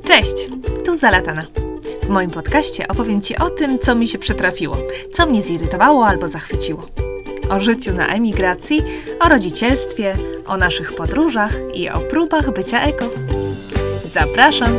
Cześć, tu Zalatana. W moim podcaście opowiem Ci o tym, co mi się przytrafiło, co mnie zirytowało albo zachwyciło. O życiu na emigracji, o rodzicielstwie, o naszych podróżach i o próbach bycia eko. Zapraszam!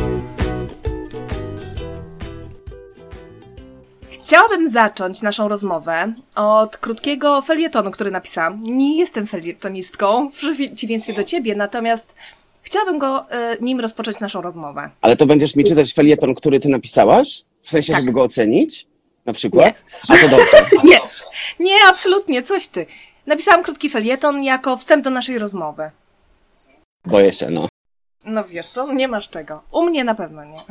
Chciałabym zacząć naszą rozmowę od krótkiego felietonu, który napisałam. Nie jestem felietonistką, w przeciwieństwie do Ciebie, natomiast chciałabym nim rozpocząć naszą rozmowę. Ale to będziesz mi czytać felieton, który ty napisałaś? W sensie, tak, żeby go ocenić? Na przykład? Nie. A to dobrze. Nie, absolutnie, coś ty. Napisałam krótki felieton jako wstęp do naszej rozmowy. Boję się, no. No wiesz co, nie masz czego. U mnie na pewno nie.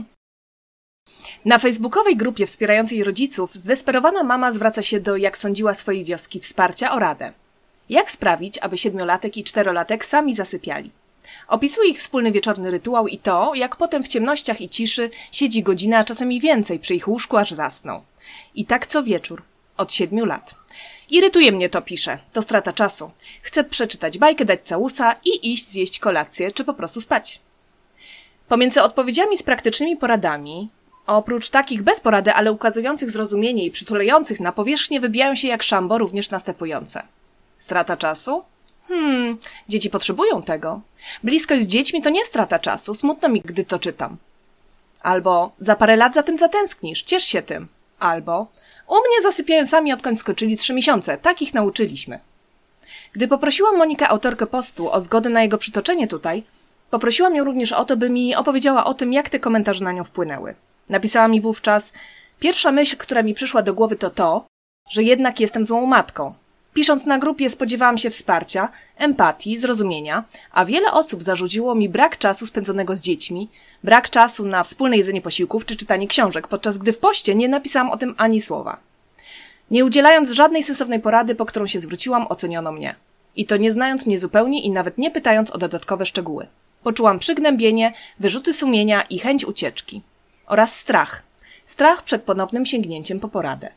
Na facebookowej grupie wspierającej rodziców zdesperowana mama zwraca się do, jak sądziła, swojej wioski wsparcia o radę. Jak sprawić, aby 7-latek i 4-latek sami zasypiali? Opisuje ich wspólny wieczorny rytuał i to, jak potem w ciemnościach i ciszy siedzi godzinę, a czasami więcej przy ich łóżku, aż zasną. I tak co wieczór. Od 7 lat. Irytuje mnie to, pisze. To strata czasu. Chcę przeczytać bajkę, dać całusa i iść zjeść kolację, czy po prostu spać. Pomiędzy odpowiedziami z praktycznymi poradami, oprócz takich bez porady, ale ukazujących zrozumienie i przytulających na powierzchnię, wybijają się jak szambo również następujące. Strata czasu? Dzieci potrzebują tego. Bliskość z dziećmi to nie strata czasu, smutno mi, gdy to czytam. Albo za parę lat za tym zatęsknisz, ciesz się tym. Albo u mnie zasypiają sami, odkąd skoczyli 3 miesiące, tak ich nauczyliśmy. Gdy poprosiłam Monikę, autorkę postu, o zgodę na jego przytoczenie tutaj, poprosiłam ją również o to, by mi opowiedziała o tym, jak te komentarze na nią wpłynęły. Napisała mi wówczas: pierwsza myśl, która mi przyszła do głowy, to, że jednak jestem złą matką. Pisząc na grupie, spodziewałam się wsparcia, empatii, zrozumienia, a wiele osób zarzuciło mi brak czasu spędzonego z dziećmi, brak czasu na wspólne jedzenie posiłków czy czytanie książek, podczas gdy w poście nie napisałam o tym ani słowa. Nie udzielając żadnej sensownej porady, po którą się zwróciłam, oceniono mnie. I to nie znając mnie zupełnie i nawet nie pytając o dodatkowe szczegóły. Poczułam przygnębienie, wyrzuty sumienia i chęć ucieczki. Oraz strach. Strach przed ponownym sięgnięciem po poradę.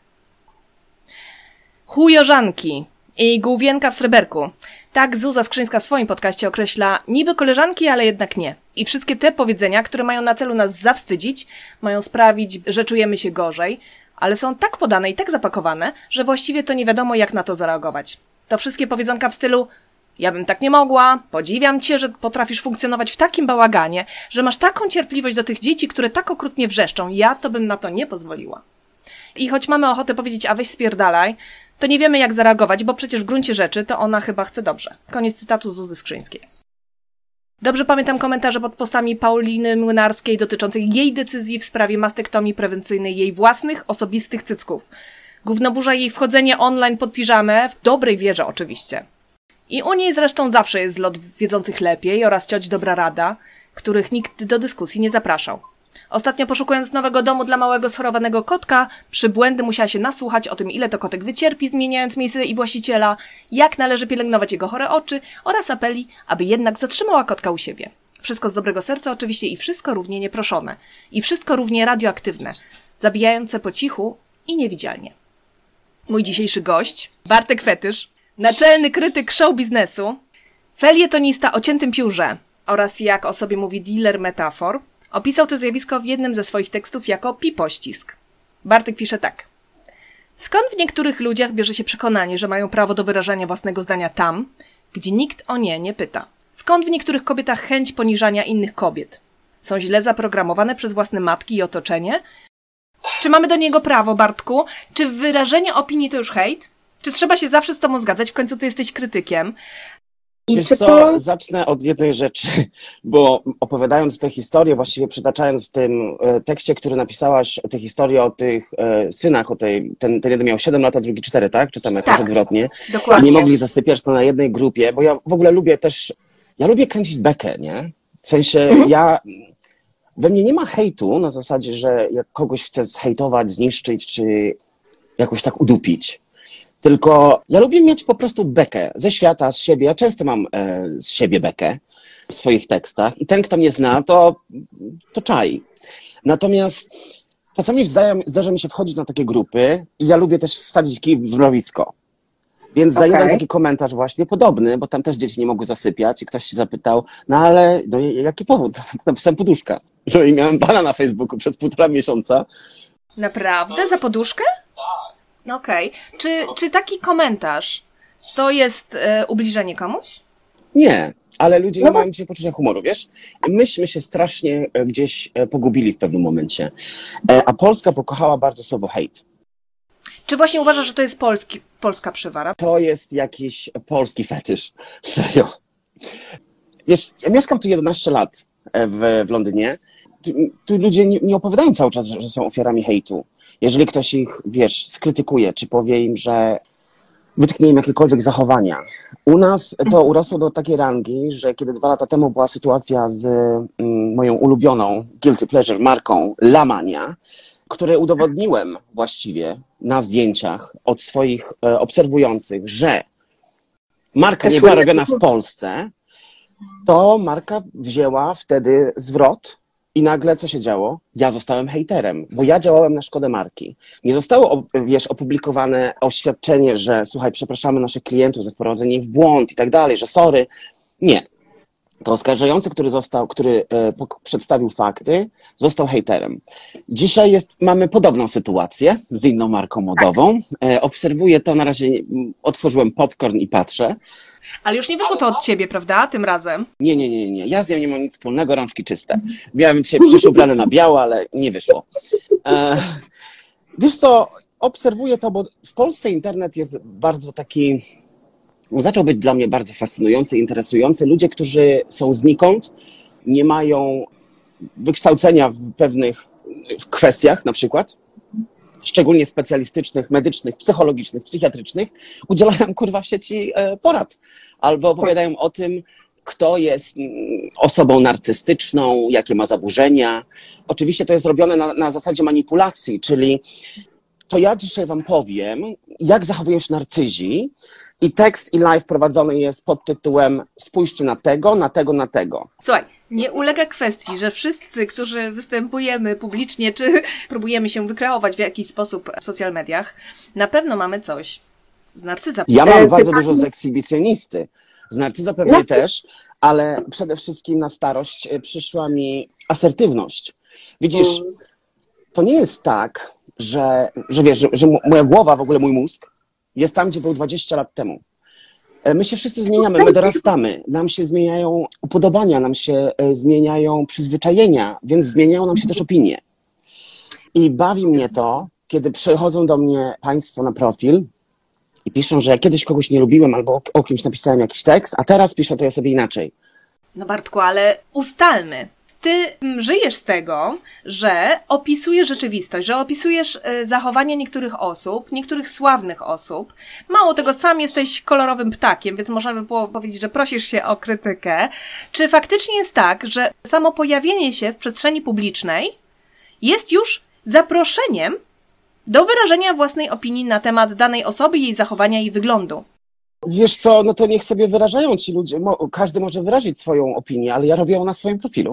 Chujożanki i główienka w sreberku. Tak Zuza Skrzyńska w swoim podcaście określa niby koleżanki, ale jednak nie. I wszystkie te powiedzenia, które mają na celu nas zawstydzić, mają sprawić, że czujemy się gorzej, ale są tak podane i tak zapakowane, że właściwie to nie wiadomo, jak na to zareagować. To wszystkie powiedzonka w stylu: ja bym tak nie mogła, podziwiam cię, że potrafisz funkcjonować w takim bałaganie, że masz taką cierpliwość do tych dzieci, które tak okrutnie wrzeszczą, ja to bym na to nie pozwoliła. I choć mamy ochotę powiedzieć: a weź spierdalaj, to nie wiemy, jak zareagować, bo przecież w gruncie rzeczy to ona chyba chce dobrze. Koniec cytatu Zuzy Skrzyńskiej. Dobrze pamiętam komentarze pod postami Pauliny Młynarskiej dotyczących jej decyzji w sprawie mastektomii prewencyjnej jej własnych, osobistych cycków. Gównoburza jej wchodzenie online pod piżamę, w dobrej wierze oczywiście. I u niej zresztą zawsze jest zlot wiedzących lepiej oraz cioć dobra rada, których nikt do dyskusji nie zapraszał. Ostatnio, poszukując nowego domu dla małego schorowanego kotka, przy błędy musiała się nasłuchać o tym, ile to kotek wycierpi, zmieniając miejsce i właściciela, jak należy pielęgnować jego chore oczy oraz apeli, aby jednak zatrzymała kotka u siebie. Wszystko z dobrego serca oczywiście i wszystko równie nieproszone. I wszystko równie radioaktywne, zabijające po cichu i niewidzialnie. Mój dzisiejszy gość, Bartek Fetysz, naczelny krytyk show biznesu, felietonista o ciętym piórze oraz, jak o sobie mówi, dealer metafor, opisał to zjawisko w jednym ze swoich tekstów jako pipościsk. Bartek pisze tak. Skąd w niektórych ludziach bierze się przekonanie, że mają prawo do wyrażania własnego zdania tam, gdzie nikt o nie pyta? Skąd w niektórych kobietach chęć poniżania innych kobiet? Są źle zaprogramowane przez własne matki i otoczenie? Czy mamy do niego prawo, Bartku? Czy wyrażenie opinii to już hejt? Czy trzeba się zawsze z tobą zgadzać? W końcu ty jesteś krytykiem. Wiesz co, zacznę od jednej rzeczy, bo opowiadając tę historię, właściwie przytaczając w tym tekście, który napisałaś, tę historię o tych synach, ten jeden miał 7 lat, a drugi 4, tak? Czytam jakoś odwrotnie. Dokładnie. I nie mogli zasypiać to na jednej grupie, bo ja w ogóle lubię kręcić bekę, nie? W sensie we mnie nie ma hejtu na zasadzie, że jak kogoś chcę zhejtować, zniszczyć, czy jakoś tak udupić. Tylko ja lubię mieć po prostu bekę ze świata, z siebie. Ja często mam z siebie bekę w swoich tekstach i ten, kto mnie zna, to czai. Natomiast czasami zdarza mi się wchodzić na takie grupy i ja lubię też wsadzić kij w mrowisko. Więc za jeden taki komentarz właśnie podobny, bo tam też dzieci nie mogły zasypiać i ktoś się zapytał, no ale jaki powód? Napisałem poduszka. No i miałem bana na Facebooku przez 1,5 miesiąca. Naprawdę? Za poduszkę? Okej. Czy taki komentarz to jest ubliżenie komuś? Nie, ale ludzie nie mają dzisiaj poczucia humoru, wiesz? Myśmy się strasznie gdzieś pogubili w pewnym momencie. A Polska pokochała bardzo słowo hejt. Czy właśnie uważasz, że to jest polska przywara? To jest jakiś polski fetysz. Serio. Wiesz, ja mieszkam tu 11 lat w Londynie. Tu ludzie nie opowiadają cały czas, że są ofiarami hejtu. Jeżeli ktoś ich, wiesz, skrytykuje, czy powie im, że wytknie im jakiekolwiek zachowania. U nas to urosło do takiej rangi, że kiedy 2 lata temu była sytuacja z moją ulubioną guilty pleasure marką Lamania, które udowodniłem właściwie na zdjęciach od swoich obserwujących, że marka nie była robiona w Polsce, to marka wzięła wtedy zwrot i nagle co się działo? Ja zostałem hejterem, bo ja działałem na szkodę marki. Nie zostało, wiesz, opublikowane oświadczenie, że słuchaj, przepraszamy naszych klientów za wprowadzenie ich w błąd i tak dalej, że sorry. Nie. To oskarżający, który przedstawił fakty, został hejterem. Dzisiaj mamy podobną sytuację z inną marką modową. Obserwuję to, na razie otworzyłem popcorn i patrzę. Ale już nie wyszło to od ciebie, prawda, tym razem? Nie. Ja z nią nie mam nic wspólnego, rączki czyste. Miałem dzisiaj przyszły ubrane na biało, ale nie wyszło. Wiesz co, obserwuję to, bo w Polsce internet jest bardzo taki... Zaczął być dla mnie bardzo fascynujący, interesujący. Ludzie, którzy są znikąd, nie mają wykształcenia w pewnych kwestiach, na przykład, szczególnie specjalistycznych, medycznych, psychologicznych, psychiatrycznych, udzielają kurwa w sieci porad. Albo opowiadają o tym, kto jest osobą narcystyczną, jakie ma zaburzenia. Oczywiście to jest robione na zasadzie manipulacji, czyli to ja dzisiaj wam powiem, jak zachowują się narcyzi i tekst i live prowadzony jest pod tytułem spójrzcie na tego, na tego, na tego. Słuchaj, nie ulega kwestii, że wszyscy, którzy występujemy publicznie, czy próbujemy się wykreować w jakiś sposób w social mediach, na pewno mamy coś z narcyza. Ja mam bardzo dużo z ekshibicjonisty. Z narcyza pewnie też, ale przede wszystkim na starość przyszła mi asertywność. Widzisz, to nie jest tak, że wiesz, że moja głowa, w ogóle mój mózg jest tam, gdzie był 20 lat temu. My się wszyscy zmieniamy, my dorastamy, nam się zmieniają upodobania, nam się zmieniają przyzwyczajenia, więc zmieniają nam się też opinie. I bawi mnie to, kiedy przychodzą do mnie państwo na profil i piszą, że ja kiedyś kogoś nie lubiłem albo o kimś napisałem jakiś tekst, a teraz piszę to ja sobie inaczej. No Bartku, ale ustalmy. Ty żyjesz z tego, że opisujesz rzeczywistość, że opisujesz zachowania niektórych osób, niektórych sławnych osób. Mało tego, sam jesteś kolorowym ptakiem, więc można by było powiedzieć, że prosisz się o krytykę. Czy faktycznie jest tak, że samo pojawienie się w przestrzeni publicznej jest już zaproszeniem do wyrażenia własnej opinii na temat danej osoby, jej zachowania i wyglądu? Wiesz co, no to niech sobie wyrażają ci ludzie, każdy może wyrazić swoją opinię, ale ja robię ją na swoim profilu.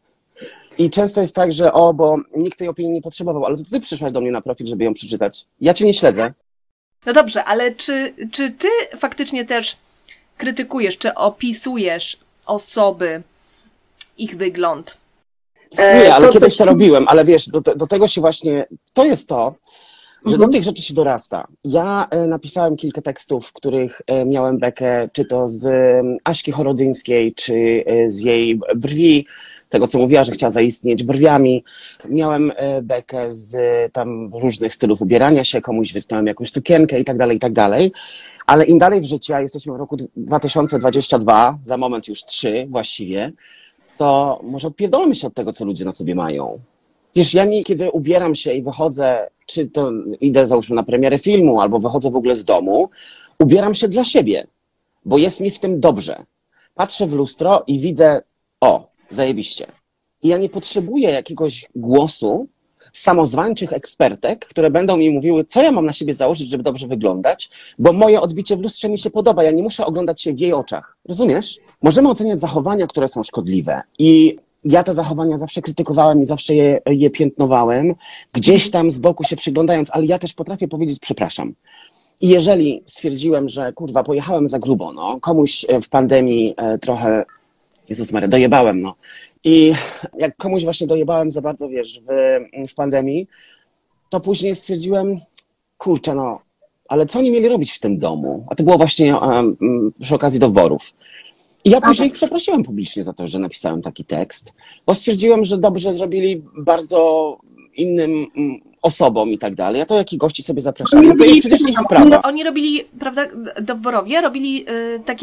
I często jest tak, że bo nikt tej opinii nie potrzebował, ale to ty przyszłaś do mnie na profil, żeby ją przeczytać. Ja cię nie śledzę. No dobrze, ale czy ty faktycznie też krytykujesz, czy opisujesz osoby, ich wygląd? Nie, ale kiedyś to robiłem, ale wiesz, do tego się właśnie, to jest to, że do tych rzeczy się dorasta. Ja napisałem kilka tekstów, w których miałem bekę, czy to z Aśki Chorodyńskiej, czy z jej brwi, tego co mówiła, że chciała zaistnieć brwiami. Miałem bekę z tam różnych stylów ubierania się, komuś wytknąłem jakąś sukienkę i tak dalej. Ale im dalej w życiu, a jesteśmy w roku 2022, za moment już 3 właściwie, to może odpierdolmy się od tego, co ludzie na sobie mają. Wiesz, ja kiedy ubieram się i wychodzę, czy to idę załóżmy na premierę filmu, albo wychodzę w ogóle z domu, ubieram się dla siebie, bo jest mi w tym dobrze. Patrzę w lustro i widzę, zajebiście. I ja nie potrzebuję jakiegoś głosu samozwańczych ekspertek, które będą mi mówiły, co ja mam na siebie założyć, żeby dobrze wyglądać, bo moje odbicie w lustrze mi się podoba. Ja nie muszę oglądać się w jej oczach. Rozumiesz? Możemy oceniać zachowania, które są szkodliwe. I ja te zachowania zawsze krytykowałem i zawsze je piętnowałem, gdzieś tam z boku się przyglądając, ale ja też potrafię powiedzieć przepraszam. I jeżeli stwierdziłem, że kurwa, pojechałem za grubo, komuś w pandemii trochę Jezus Maria, dojebałem, no. I jak komuś właśnie dojebałem za bardzo, wiesz, w pandemii, to później stwierdziłem, kurczę, no, ale co oni mieli robić w tym domu? A to było właśnie przy okazji do wyborów. I ja później ich przeprosiłem publicznie za to, że napisałem taki tekst, bo stwierdziłem, że dobrze zrobili bardzo innym osobom i tak dalej. A to jaki gości sobie zapraszali, to jest przecież ich sprawa. Oni robili, prawda, dowborowie, robili takie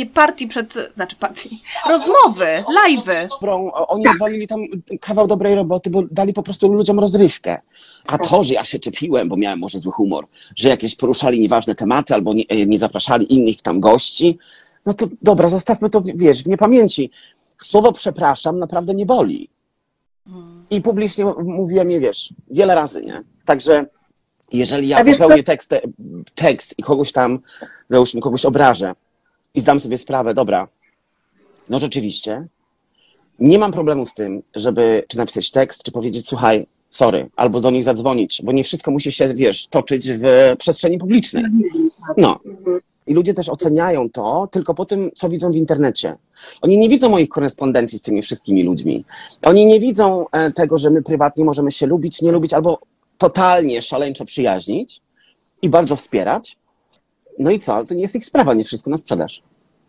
rozmowy, live'y. Oni odwalili tam kawał dobrej roboty, bo dali po prostu ludziom rozrywkę. A to, że ja się czepiłem, bo miałem może zły humor, że jakieś poruszali nieważne tematy albo nie zapraszali innych tam gości, no to dobra, zostawmy to, wiesz, w niepamięci. Słowo przepraszam naprawdę nie boli. I publicznie mówiłem je, wiesz, wiele razy, nie? Także jeżeli ja popełnię tekst i kogoś tam, załóżmy, kogoś obrażę i zdam sobie sprawę, dobra, no rzeczywiście, nie mam problemu z tym, żeby czy napisać tekst, czy powiedzieć, słuchaj, sorry, albo do nich zadzwonić, bo nie wszystko musi się, wiesz, toczyć w przestrzeni publicznej. No. I ludzie też oceniają to tylko po tym, co widzą w internecie. Oni nie widzą moich korespondencji z tymi wszystkimi ludźmi. Oni nie widzą tego, że my prywatnie możemy się lubić, nie lubić, albo totalnie szaleńczo przyjaźnić i bardzo wspierać. No i co? Ale to nie jest ich sprawa, nie wszystko na sprzedaż.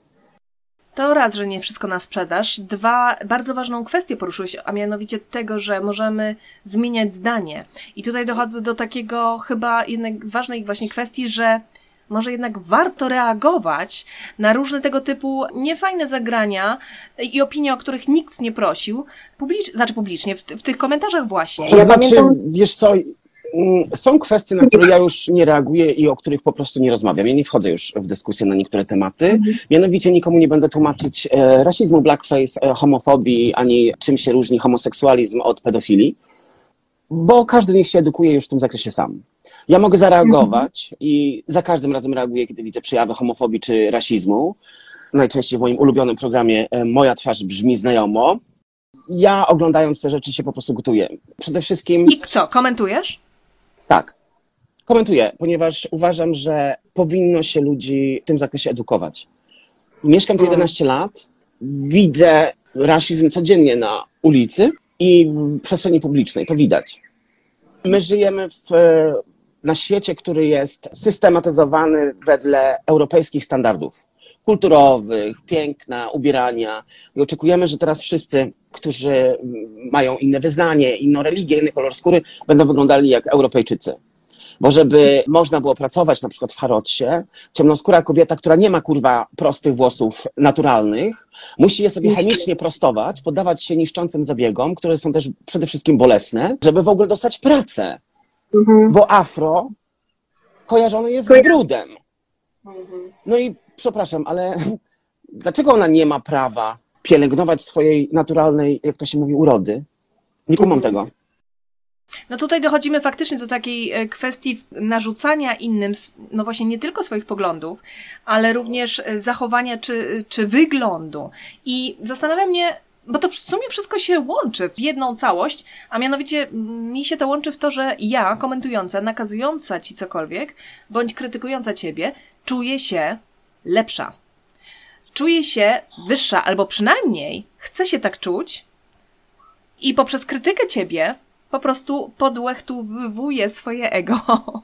To raz, że nie wszystko na sprzedaż. Dwa, bardzo ważną kwestię poruszyłeś, a mianowicie tego, że możemy zmieniać zdanie. I tutaj dochodzę do takiego chyba jednak ważnej właśnie kwestii, że może jednak warto reagować na różne tego typu niefajne zagrania i opinie, o których nikt nie prosił, publicznie, w tych komentarzach właśnie. To znaczy, wiesz co, są kwestie, na które ja już nie reaguję i o których po prostu nie rozmawiam. Ja nie wchodzę już w dyskusję na niektóre tematy. Mianowicie nikomu nie będę tłumaczyć rasizmu, blackface, homofobii, ani czym się różni homoseksualizm od pedofilii, bo każdy niech się edukuje już w tym zakresie sam. Ja mogę zareagować i za każdym razem reaguję, kiedy widzę przejawy homofobii czy rasizmu. Najczęściej w moim ulubionym programie Moja twarz brzmi znajomo. Ja oglądając te rzeczy się po prostu gotuję. Przede wszystkim... I co, komentujesz? Tak, komentuję, ponieważ uważam, że powinno się ludzi w tym zakresie edukować. Mieszkam tu 11 lat, widzę rasizm codziennie na ulicy i w przestrzeni publicznej, to widać. My żyjemy na świecie, który jest systematyzowany wedle europejskich standardów kulturowych, piękna, ubierania i oczekujemy, że teraz wszyscy, którzy mają inne wyznanie, inną religię, inny kolor skóry, będą wyglądali jak Europejczycy. Bo żeby można było pracować na przykład w Harrodsie, ciemnoskóra kobieta, która nie ma kurwa prostych włosów naturalnych, musi je sobie chemicznie prostować, poddawać się niszczącym zabiegom, które są też przede wszystkim bolesne, żeby w ogóle dostać pracę. Bo afro kojarzone jest z brudem. No i przepraszam, ale dlaczego ona nie ma prawa pielęgnować swojej naturalnej, jak to się mówi, urody? Nie kumam tego. No tutaj dochodzimy faktycznie do takiej kwestii narzucania innym, no właśnie nie tylko swoich poglądów, ale również zachowania czy wyglądu. I zastanawia mnie, bo to w sumie wszystko się łączy w jedną całość, a mianowicie mi się to łączy w to, że ja, komentująca, nakazująca ci cokolwiek, bądź krytykująca ciebie, czuję się lepsza. Czuję się wyższa, albo przynajmniej chcę się tak czuć i poprzez krytykę ciebie po prostu podłechtowuję swoje ego.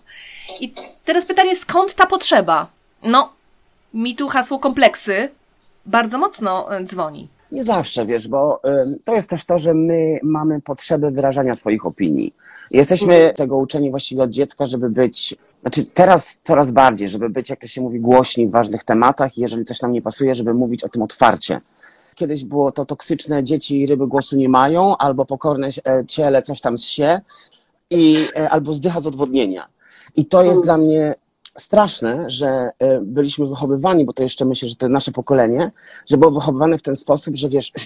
I teraz pytanie, skąd ta potrzeba? No, mi tu hasło kompleksy bardzo mocno dzwoni. Nie zawsze, wiesz, bo to jest też to, że my mamy potrzebę wyrażania swoich opinii. Jesteśmy tego uczeni właściwie od dziecka, żeby być, znaczy teraz coraz bardziej, żeby być, jak to się mówi, głośni w ważnych tematach i jeżeli coś nam nie pasuje, żeby mówić o tym otwarcie. Kiedyś było to toksyczne, dzieci i ryby głosu nie mają, albo pokorne ciele coś tam zsie, albo zdycha z odwodnienia. I to jest dla mnie straszne, że byliśmy wychowywani, bo to jeszcze myślę, że to nasze pokolenie, że było wychowywane w ten sposób, że wiesz,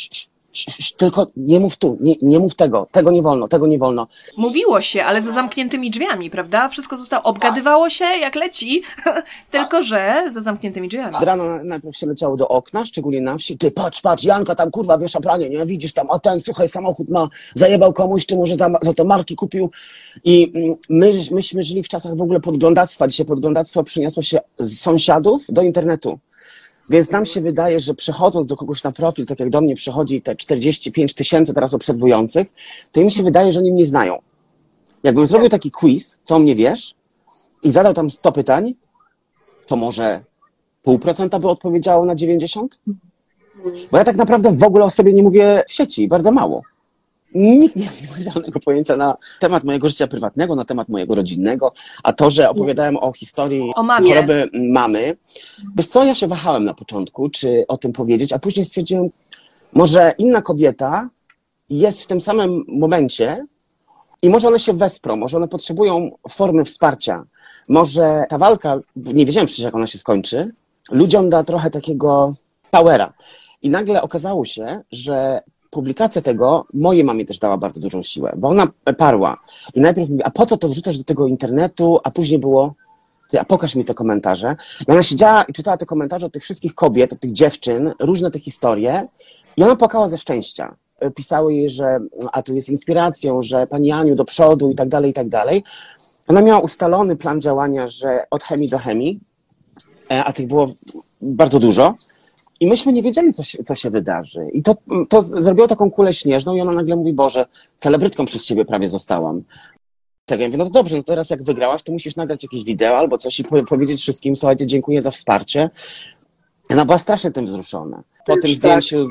tylko nie mów tu, nie mów tego nie wolno, tego nie wolno. Mówiło się, ale za zamkniętymi drzwiami, prawda? Wszystko obgadywało się jak leci, tylko że za zamkniętymi drzwiami. Rano najpierw się leciało do okna, szczególnie na wsi. Ty patrz, Janka tam kurwa wiesza pranie, nie? Widzisz tam, a ten, słuchaj, samochód zajebał komuś, czy może tam za to marki kupił. I myśmy żyli w czasach w ogóle podglądactwa. Dzisiaj podglądactwo przyniosło się z sąsiadów do internetu. Więc nam się wydaje, że przechodząc do kogoś na profil, tak jak do mnie przychodzi te 45 000 teraz obserwujących, to im się wydaje, że oni mnie znają. Jakbym zrobił taki quiz, co o mnie wiesz, i zadał tam 100 pytań, to może 0,5% by odpowiedziało na 90%? Bo ja tak naprawdę w ogóle o sobie nie mówię w sieci, bardzo mało. Nikt nie ma żadnego pojęcia na temat mojego życia prywatnego, na temat mojego rodzinnego, a to, że opowiadałem o historii choroby mamy. Wiesz co, ja się wahałem na początku, czy o tym powiedzieć, a później stwierdziłem, może inna kobieta jest w tym samym momencie i może one się wesprą, może one potrzebują formy wsparcia. Może ta walka, nie wiedziałem przecież jak ona się skończy, ludziom da trochę takiego powera. I nagle okazało się, że publikacja tego mojej mamie też dała bardzo dużą siłę, bo ona parła. I najpierw mówi, a po co to wrzucasz do tego internetu, a później było, a pokaż mi te komentarze. I ona siedziała i czytała te komentarze od tych wszystkich kobiet, od tych dziewczyn, różne te historie i ona płakała ze szczęścia. Pisały jej, że a tu jest inspiracją, że pani Aniu do przodu i tak dalej, i tak dalej. Ona miała ustalony plan działania, że od chemii do chemii, a tych było bardzo dużo. I myśmy nie wiedzieli, co się wydarzy. I to zrobiło taką kulę śnieżną i ona nagle mówi, Boże, celebrytką przez ciebie prawie zostałam. Tak, ja mówię, no to dobrze, no teraz jak wygrałaś, to musisz nagrać jakieś wideo albo coś i powiedzieć wszystkim, słuchajcie, dziękuję za wsparcie. Ona była strasznie tym wzruszona. Po tym zdjęciu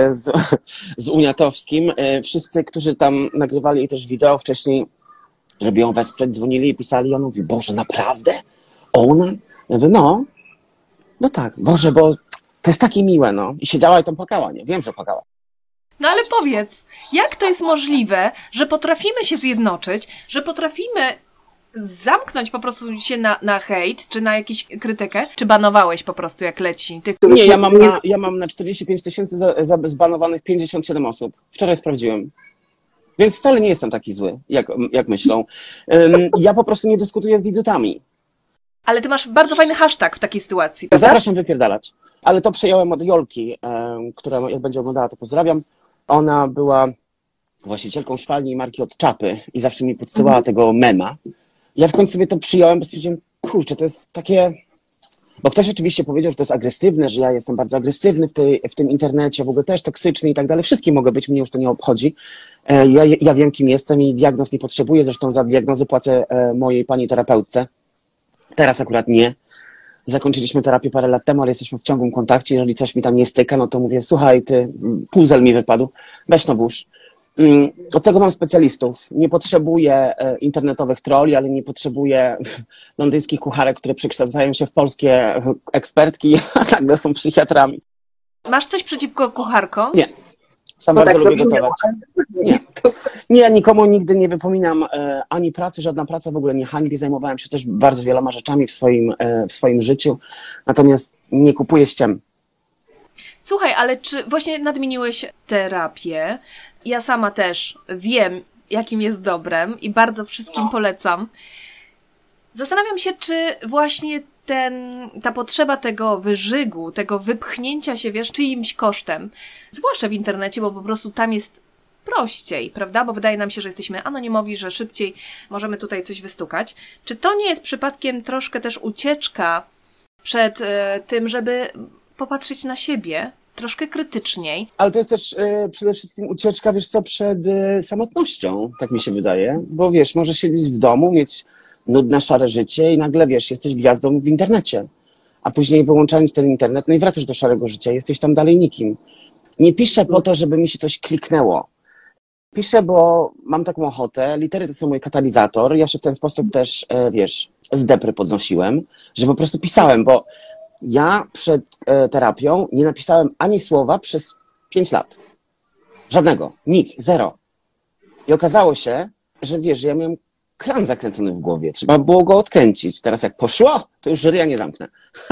z Uniatowskim, wszyscy, którzy tam nagrywali też wideo wcześniej, żeby ją wesprzeć, dzwonili i pisali, i ona mówi, Boże, naprawdę? Ona? Ja mówię, no tak, Boże, bo to jest takie miłe, no. I siedziała i tam płakała, nie? Wiem, że płakała. No ale powiedz, jak to jest możliwe, że potrafimy się zjednoczyć, że potrafimy zamknąć po prostu się na hejt, czy na jakąś krytykę? Czy banowałeś po prostu jak leci? Nie, ja mam na 45 000 zbanowanych 57 osób. Wczoraj sprawdziłem. Więc wcale nie jestem taki zły, jak myślą. Ja po prostu nie dyskutuję z idiotami. Ale ty masz bardzo fajny hashtag w takiej sytuacji. Zapraszam wypierdalać. Ale to przejąłem od Jolki, która jak będzie oglądała, to pozdrawiam. Ona była właścicielką szwalni i marki od czapy i zawsze mi podsyłała tego mema. Ja w końcu sobie to przyjąłem, bo stwierdziłem, kurczę, to jest takie... Bo ktoś oczywiście powiedział, że to jest agresywne, że ja jestem bardzo agresywny w tym internecie, w ogóle też toksyczny i tak dalej. Wszystkim mogę być, mnie już to nie obchodzi. Ja wiem, kim jestem i diagnoz nie potrzebuję, zresztą za diagnozy płacę mojej pani terapeutce. Teraz akurat nie. Zakończyliśmy terapię parę lat temu, ale jesteśmy w ciągłym kontakcie. Jeżeli coś mi tam nie styka, no to mówię, słuchaj, puzel mi wypadł, weź no włóż. Od tego mam specjalistów. Nie potrzebuję internetowych trolli, ale nie potrzebuję londyńskich kucharek, które przekształcają się w polskie ekspertki, a nagle są psychiatrami. Masz coś przeciwko kucharkom? Nie. Sam bardzo lubię gotować. Nie, nikomu nigdy nie wypominam ani pracy, żadna praca w ogóle nie hańbi. Zajmowałem się też bardzo wieloma rzeczami w swoim życiu, natomiast nie kupuję ściem. Słuchaj, ale czy właśnie nadmieniłeś terapię? Ja sama też wiem, jakim jest dobrem i bardzo wszystkim polecam. Zastanawiam się, czy właśnie ta potrzeba tego wyżygu, tego wypchnięcia się, wiesz, czyimś kosztem, zwłaszcza w internecie, bo po prostu tam jest prościej, prawda? Bo wydaje nam się, że jesteśmy anonimowi, że szybciej możemy tutaj coś wystukać. Czy to nie jest przypadkiem troszkę też ucieczka przed tym, żeby popatrzeć na siebie troszkę krytyczniej? Ale to jest też przede wszystkim ucieczka, wiesz co, przed samotnością, tak mi się wydaje. Bo wiesz, możesz siedzieć w domu, mieć nudne, szare życie i nagle, wiesz, jesteś gwiazdą w internecie. A później wyłączając ten internet, no i wracasz do szarego życia, jesteś tam dalej nikim. Nie piszę po to, żeby mi się coś kliknęło. Piszę, bo mam taką ochotę. Litery to są mój katalizator. Ja się w ten sposób też, wiesz, z depry podnosiłem, że po prostu pisałem, bo ja przed terapią nie napisałem ani słowa przez 5 lat. Żadnego. Nic. Zero. I okazało się, że wiesz, ja miałem kran zakręcony w głowie. Trzeba było go odkręcić. Teraz jak poszło, to już ryja nie zamknę.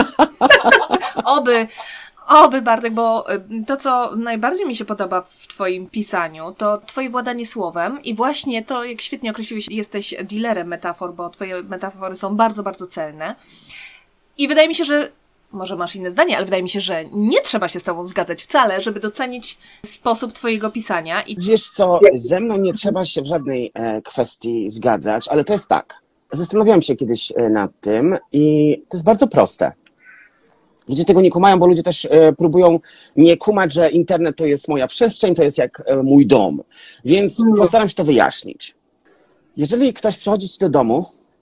Oby, Bartek, bo to, co najbardziej mi się podoba w twoim pisaniu, to twoje władanie słowem i właśnie to, jak świetnie określiłeś, jesteś dealerem metafor, bo twoje metafory są bardzo, bardzo celne. I wydaje mi się, że może masz inne zdanie, ale wydaje mi się, że nie trzeba się z tobą zgadzać wcale, żeby docenić sposób twojego pisania. Wiesz co, ze mną nie trzeba się w żadnej kwestii zgadzać, ale to jest tak. Zastanawiałem się kiedyś nad tym i to jest bardzo proste. Ludzie tego nie kumają, bo ludzie też próbują nie kumać, że internet to jest moja przestrzeń, to jest jak mój dom. Więc postaram się to wyjaśnić. Jeżeli ktoś przychodzi ci do domu,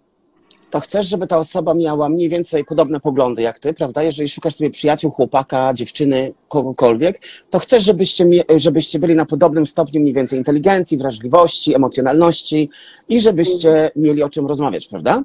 to chcesz, żeby ta osoba miała mniej więcej podobne poglądy jak ty, prawda? Jeżeli szukasz sobie przyjaciół, chłopaka, dziewczyny, kogokolwiek, to chcesz, żebyście byli na podobnym stopniu mniej więcej inteligencji, wrażliwości, emocjonalności i żebyście mieli o czym rozmawiać, prawda?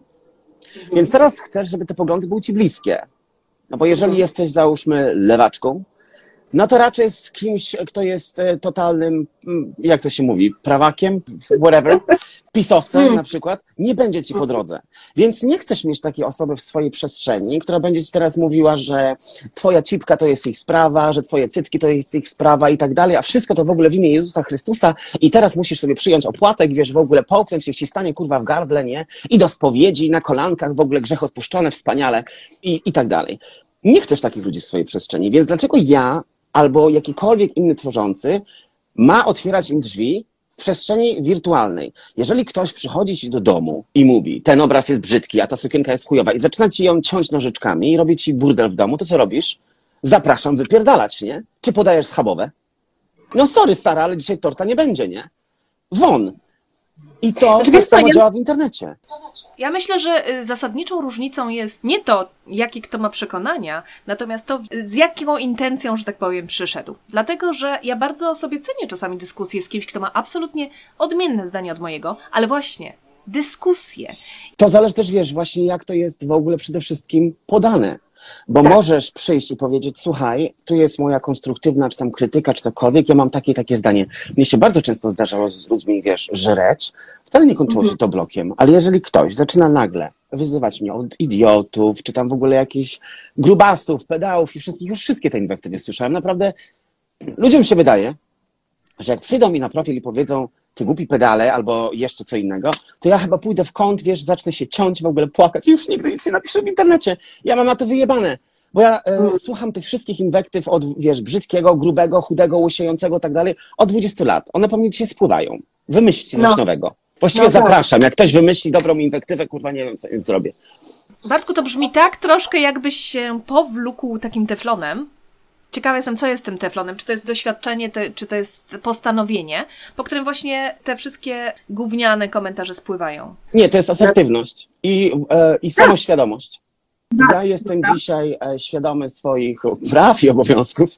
Więc teraz chcesz, żeby te poglądy były ci bliskie. No bo jeżeli jesteś, załóżmy, lewaczką, no to raczej z kimś, kto jest totalnym, jak to się mówi, prawakiem, whatever, pisowcem na przykład, nie będzie ci po drodze. Więc nie chcesz mieć takiej osoby w swojej przestrzeni, która będzie ci teraz mówiła, że twoja cipka to jest ich sprawa, że twoje cycki to jest ich sprawa i tak dalej, a wszystko to w ogóle w imię Jezusa Chrystusa i teraz musisz sobie przyjąć opłatek, wiesz, w ogóle połknąć się, ci stanie kurwa w gardle, nie? I do spowiedzi, na kolankach, w ogóle grzech odpuszczony, wspaniale i tak dalej. Nie chcesz takich ludzi w swojej przestrzeni, więc dlaczego ja albo jakikolwiek inny tworzący ma otwierać im drzwi w przestrzeni wirtualnej? Jeżeli ktoś przychodzi ci do domu i mówi, ten obraz jest brzydki, a ta sukienka jest chujowa i zaczyna ci ją ciąć nożyczkami i robi ci burdel w domu, to co robisz? Zapraszam wypierdalać, nie? Czy podajesz schabowe? No sorry stara, ale dzisiaj torta nie będzie, nie? Won! I to tak samo działa w internecie. Ja myślę, że zasadniczą różnicą jest nie to, jakie kto ma przekonania, natomiast to, z jaką intencją, że tak powiem, przyszedł. Dlatego, że ja bardzo sobie cenię czasami dyskusję z kimś, kto ma absolutnie odmienne zdanie od mojego, ale właśnie dyskusje. To zależy też, wiesz, właśnie jak to jest w ogóle przede wszystkim podane. Bo możesz przyjść i powiedzieć, słuchaj, tu jest moja konstruktywna, czy tam krytyka, czy cokolwiek, ja mam takie i takie zdanie. Mnie się bardzo często zdarzało z ludźmi, wiesz, żreć, wcale nie kończyło się to blokiem, ale jeżeli ktoś zaczyna nagle wyzywać mnie od idiotów, czy tam w ogóle jakichś grubasów, pedałów i wszystkich, już wszystkie te inwektywy słyszałem, naprawdę ludziom się wydaje, że jak przyjdą mi na profil i powiedzą, ty głupi pedale, albo jeszcze co innego, to ja chyba pójdę w kąt, wiesz, zacznę się ciąć, w ogóle płakać i już nigdy nic nie napiszę w internecie. Ja mam na to wyjebane, bo ja słucham tych wszystkich inwektyw od, wiesz, brzydkiego, grubego, chudego, łysiejącego i tak dalej od 20 lat. One po mnie dzisiaj spływają. Wymyślcie coś nowego. Właściwie zapraszam. Jak ktoś wymyśli dobrą inwektywę, kurwa, nie wiem, co zrobię. Bartku, to brzmi tak troszkę, jakbyś się powlókł takim teflonem. Ciekawa jestem, co jest tym teflonem. Czy to jest doświadczenie, czy to jest postanowienie, po którym właśnie te wszystkie gówniane komentarze spływają. Nie, to jest asertywność i samoświadomość. Ja jestem dzisiaj świadomy swoich praw i obowiązków,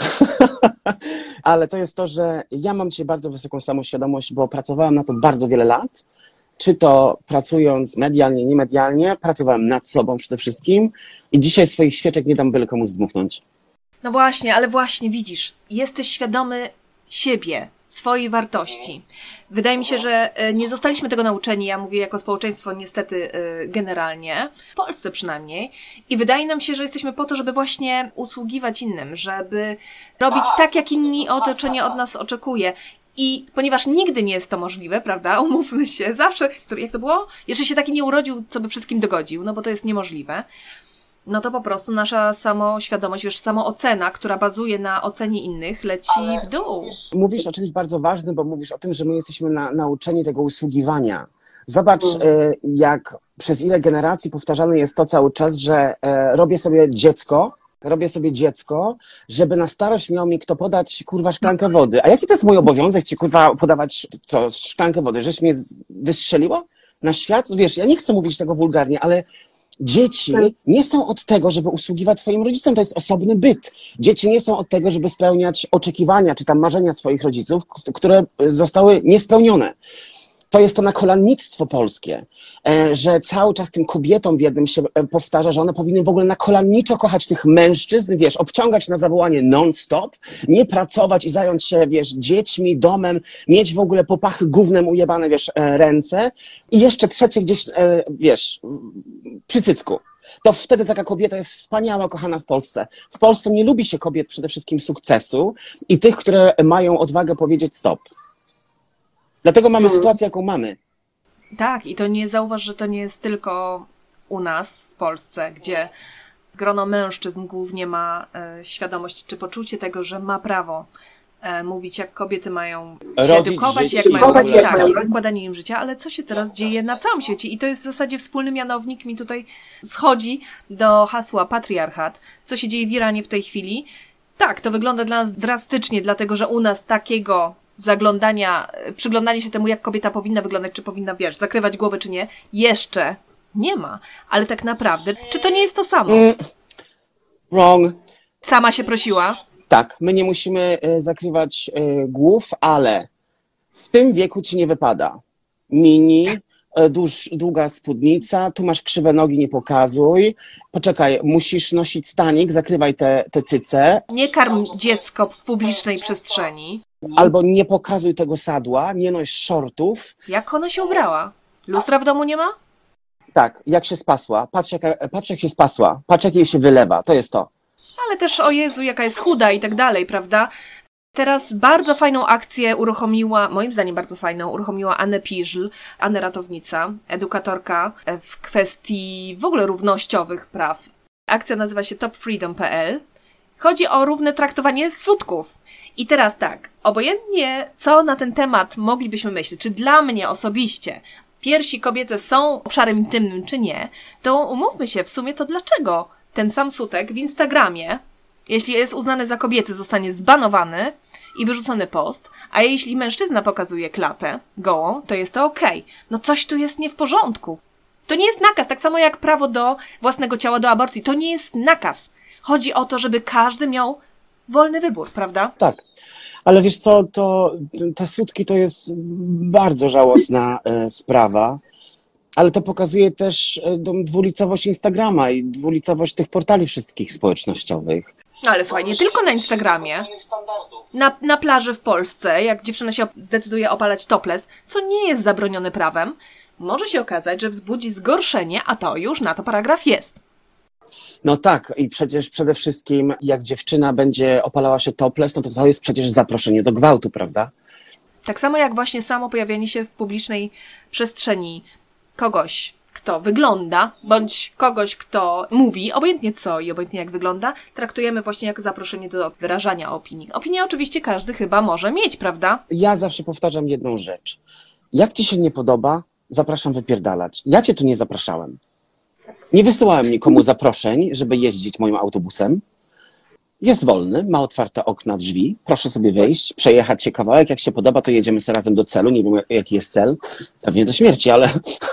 ale to jest to, że ja mam dzisiaj bardzo wysoką samoświadomość, bo pracowałem na to bardzo wiele lat. Czy to pracując medialnie, niemedialnie, pracowałem nad sobą przede wszystkim i dzisiaj swoich świeczek nie dam byle komu zdmuchnąć. No właśnie, ale właśnie widzisz, jesteś świadomy siebie, swojej wartości. Wydaje mi się, że nie zostaliśmy tego nauczeni, ja mówię jako społeczeństwo niestety generalnie, w Polsce przynajmniej, i wydaje nam się, że jesteśmy po to, żeby właśnie usługiwać innym, żeby robić tak, jak inni otoczenie od nas oczekuje. I ponieważ nigdy nie jest to możliwe, prawda, umówmy się, zawsze, jak to było? Jeszcze się taki nie urodził, co by wszystkim dogodził, no bo to jest niemożliwe. No to po prostu nasza samoświadomość, wiesz, samoocena, która bazuje na ocenie innych, leci w dół. Mówisz o czymś bardzo ważnym, bo mówisz o tym, że my jesteśmy nauczeni tego usługiwania. Zobacz, jak przez ile generacji powtarzane jest to cały czas, że robię sobie dziecko, żeby na starość miał mi kto podać, kurwa, szklankę wody. A jaki to jest mój obowiązek ci, kurwa, podawać szklankę wody? Żeś mnie wystrzeliła na świat? Wiesz, ja nie chcę mówić tego wulgarnie, ale dzieci nie są od tego, żeby usługiwać swoim rodzicom, to jest osobny byt. Dzieci nie są od tego, żeby spełniać oczekiwania, czy tam marzenia swoich rodziców, które zostały niespełnione. To jest to nakolannictwo polskie, że cały czas tym kobietom biednym się powtarza, że one powinny w ogóle nakolanniczo kochać tych mężczyzn, wiesz, obciągać na zawołanie non-stop, nie pracować i zająć się, wiesz, dziećmi, domem, mieć w ogóle popachy gównem ujebane, wiesz, ręce i jeszcze trzecie gdzieś, wiesz, przy cycku. To wtedy taka kobieta jest wspaniała, kochana w Polsce. W Polsce nie lubi się kobiet przede wszystkim sukcesu i tych, które mają odwagę powiedzieć stop. Dlatego mamy sytuację, jaką mamy. Tak, i to nie zauważ, że to nie jest tylko u nas w Polsce, gdzie grono mężczyzn głównie ma świadomość czy poczucie tego, że ma prawo mówić, jak kobiety mają się rodzić edukować, dzieci, jak mają robić, w tak, ogóle. i układanie im życia, ale co się teraz dzieje na całym świecie? I to jest w zasadzie wspólny mianownik mi tutaj schodzi do hasła patriarchat. Co się dzieje w Iranie w tej chwili? Tak, to wygląda dla nas drastycznie, dlatego że u nas takiego zaglądania, przyglądania się temu, jak kobieta powinna wyglądać, czy powinna, zakrywać głowę, czy nie, jeszcze nie ma. Ale tak naprawdę, czy to nie jest to samo? Wrong. Sama się prosiła? Tak, my nie musimy zakrywać głów, ale w tym wieku ci nie wypada. Mini, długa spódnica, tu masz krzywe nogi, nie pokazuj. Poczekaj, musisz nosić stanik, zakrywaj te cyce. Nie karm dziecko w publicznej przestrzeni. Albo nie pokazuj tego sadła, nie noś shortów. Jak ona się ubrała? Lustra w domu nie ma? Tak, jak się spasła. Patrz jak się spasła. Patrz jak jej się wylewa. To jest to. Ale też, o Jezu, jaka jest chuda i tak dalej, prawda? Teraz bardzo fajną akcję uruchomiła, moim zdaniem bardzo fajną, uruchomiła Anne Piżl, Anne Ratownica, edukatorka w kwestii w ogóle równościowych praw. Akcja nazywa się topfreedom.pl. Chodzi o równe traktowanie sutków. I teraz tak, obojętnie co na ten temat moglibyśmy myśleć, czy dla mnie osobiście piersi kobiece są obszarem intymnym, czy nie, to umówmy się w sumie to dlaczego ten sam sutek w Instagramie, jeśli jest uznany za kobiecy, zostanie zbanowany i wyrzucony post, a jeśli mężczyzna pokazuje klatę gołą, to jest to okej. No coś tu jest nie w porządku. To nie jest nakaz, tak samo jak prawo do własnego ciała, do aborcji. To nie jest nakaz. Chodzi o to, żeby każdy miał wolny wybór, prawda? Tak. Ale wiesz co, te sutki to jest bardzo żałosna sprawa, ale to pokazuje też dwulicowość Instagrama i dwulicowość tych portali wszystkich społecznościowych. No ale słuchaj, nie tylko na Instagramie, na plaży w Polsce, jak dziewczyna się zdecyduje opalać topless, co nie jest zabronione prawem, może się okazać, że wzbudzi zgorszenie, a to już na to paragraf jest. No tak, i przecież przede wszystkim jak dziewczyna będzie opalała się topless, no to jest przecież zaproszenie do gwałtu, prawda? Tak samo jak właśnie samo pojawianie się w publicznej przestrzeni kogoś, kto wygląda, bądź kogoś, kto mówi, obojętnie co i obojętnie jak wygląda, traktujemy właśnie jako zaproszenie do wyrażania opinii. Opinię oczywiście każdy chyba może mieć, prawda? Ja zawsze powtarzam jedną rzecz. Jak ci się nie podoba, zapraszam wypierdalać. Ja cię tu nie zapraszałem. Nie wysyłałem nikomu zaproszeń, żeby jeździć moim autobusem. Jest wolny, ma otwarte okna, drzwi. Proszę sobie wejść, przejechać się kawałek. Jak się podoba, to jedziemy sobie razem do celu. Nie wiem, jaki jest cel. Pewnie do śmierci, ale,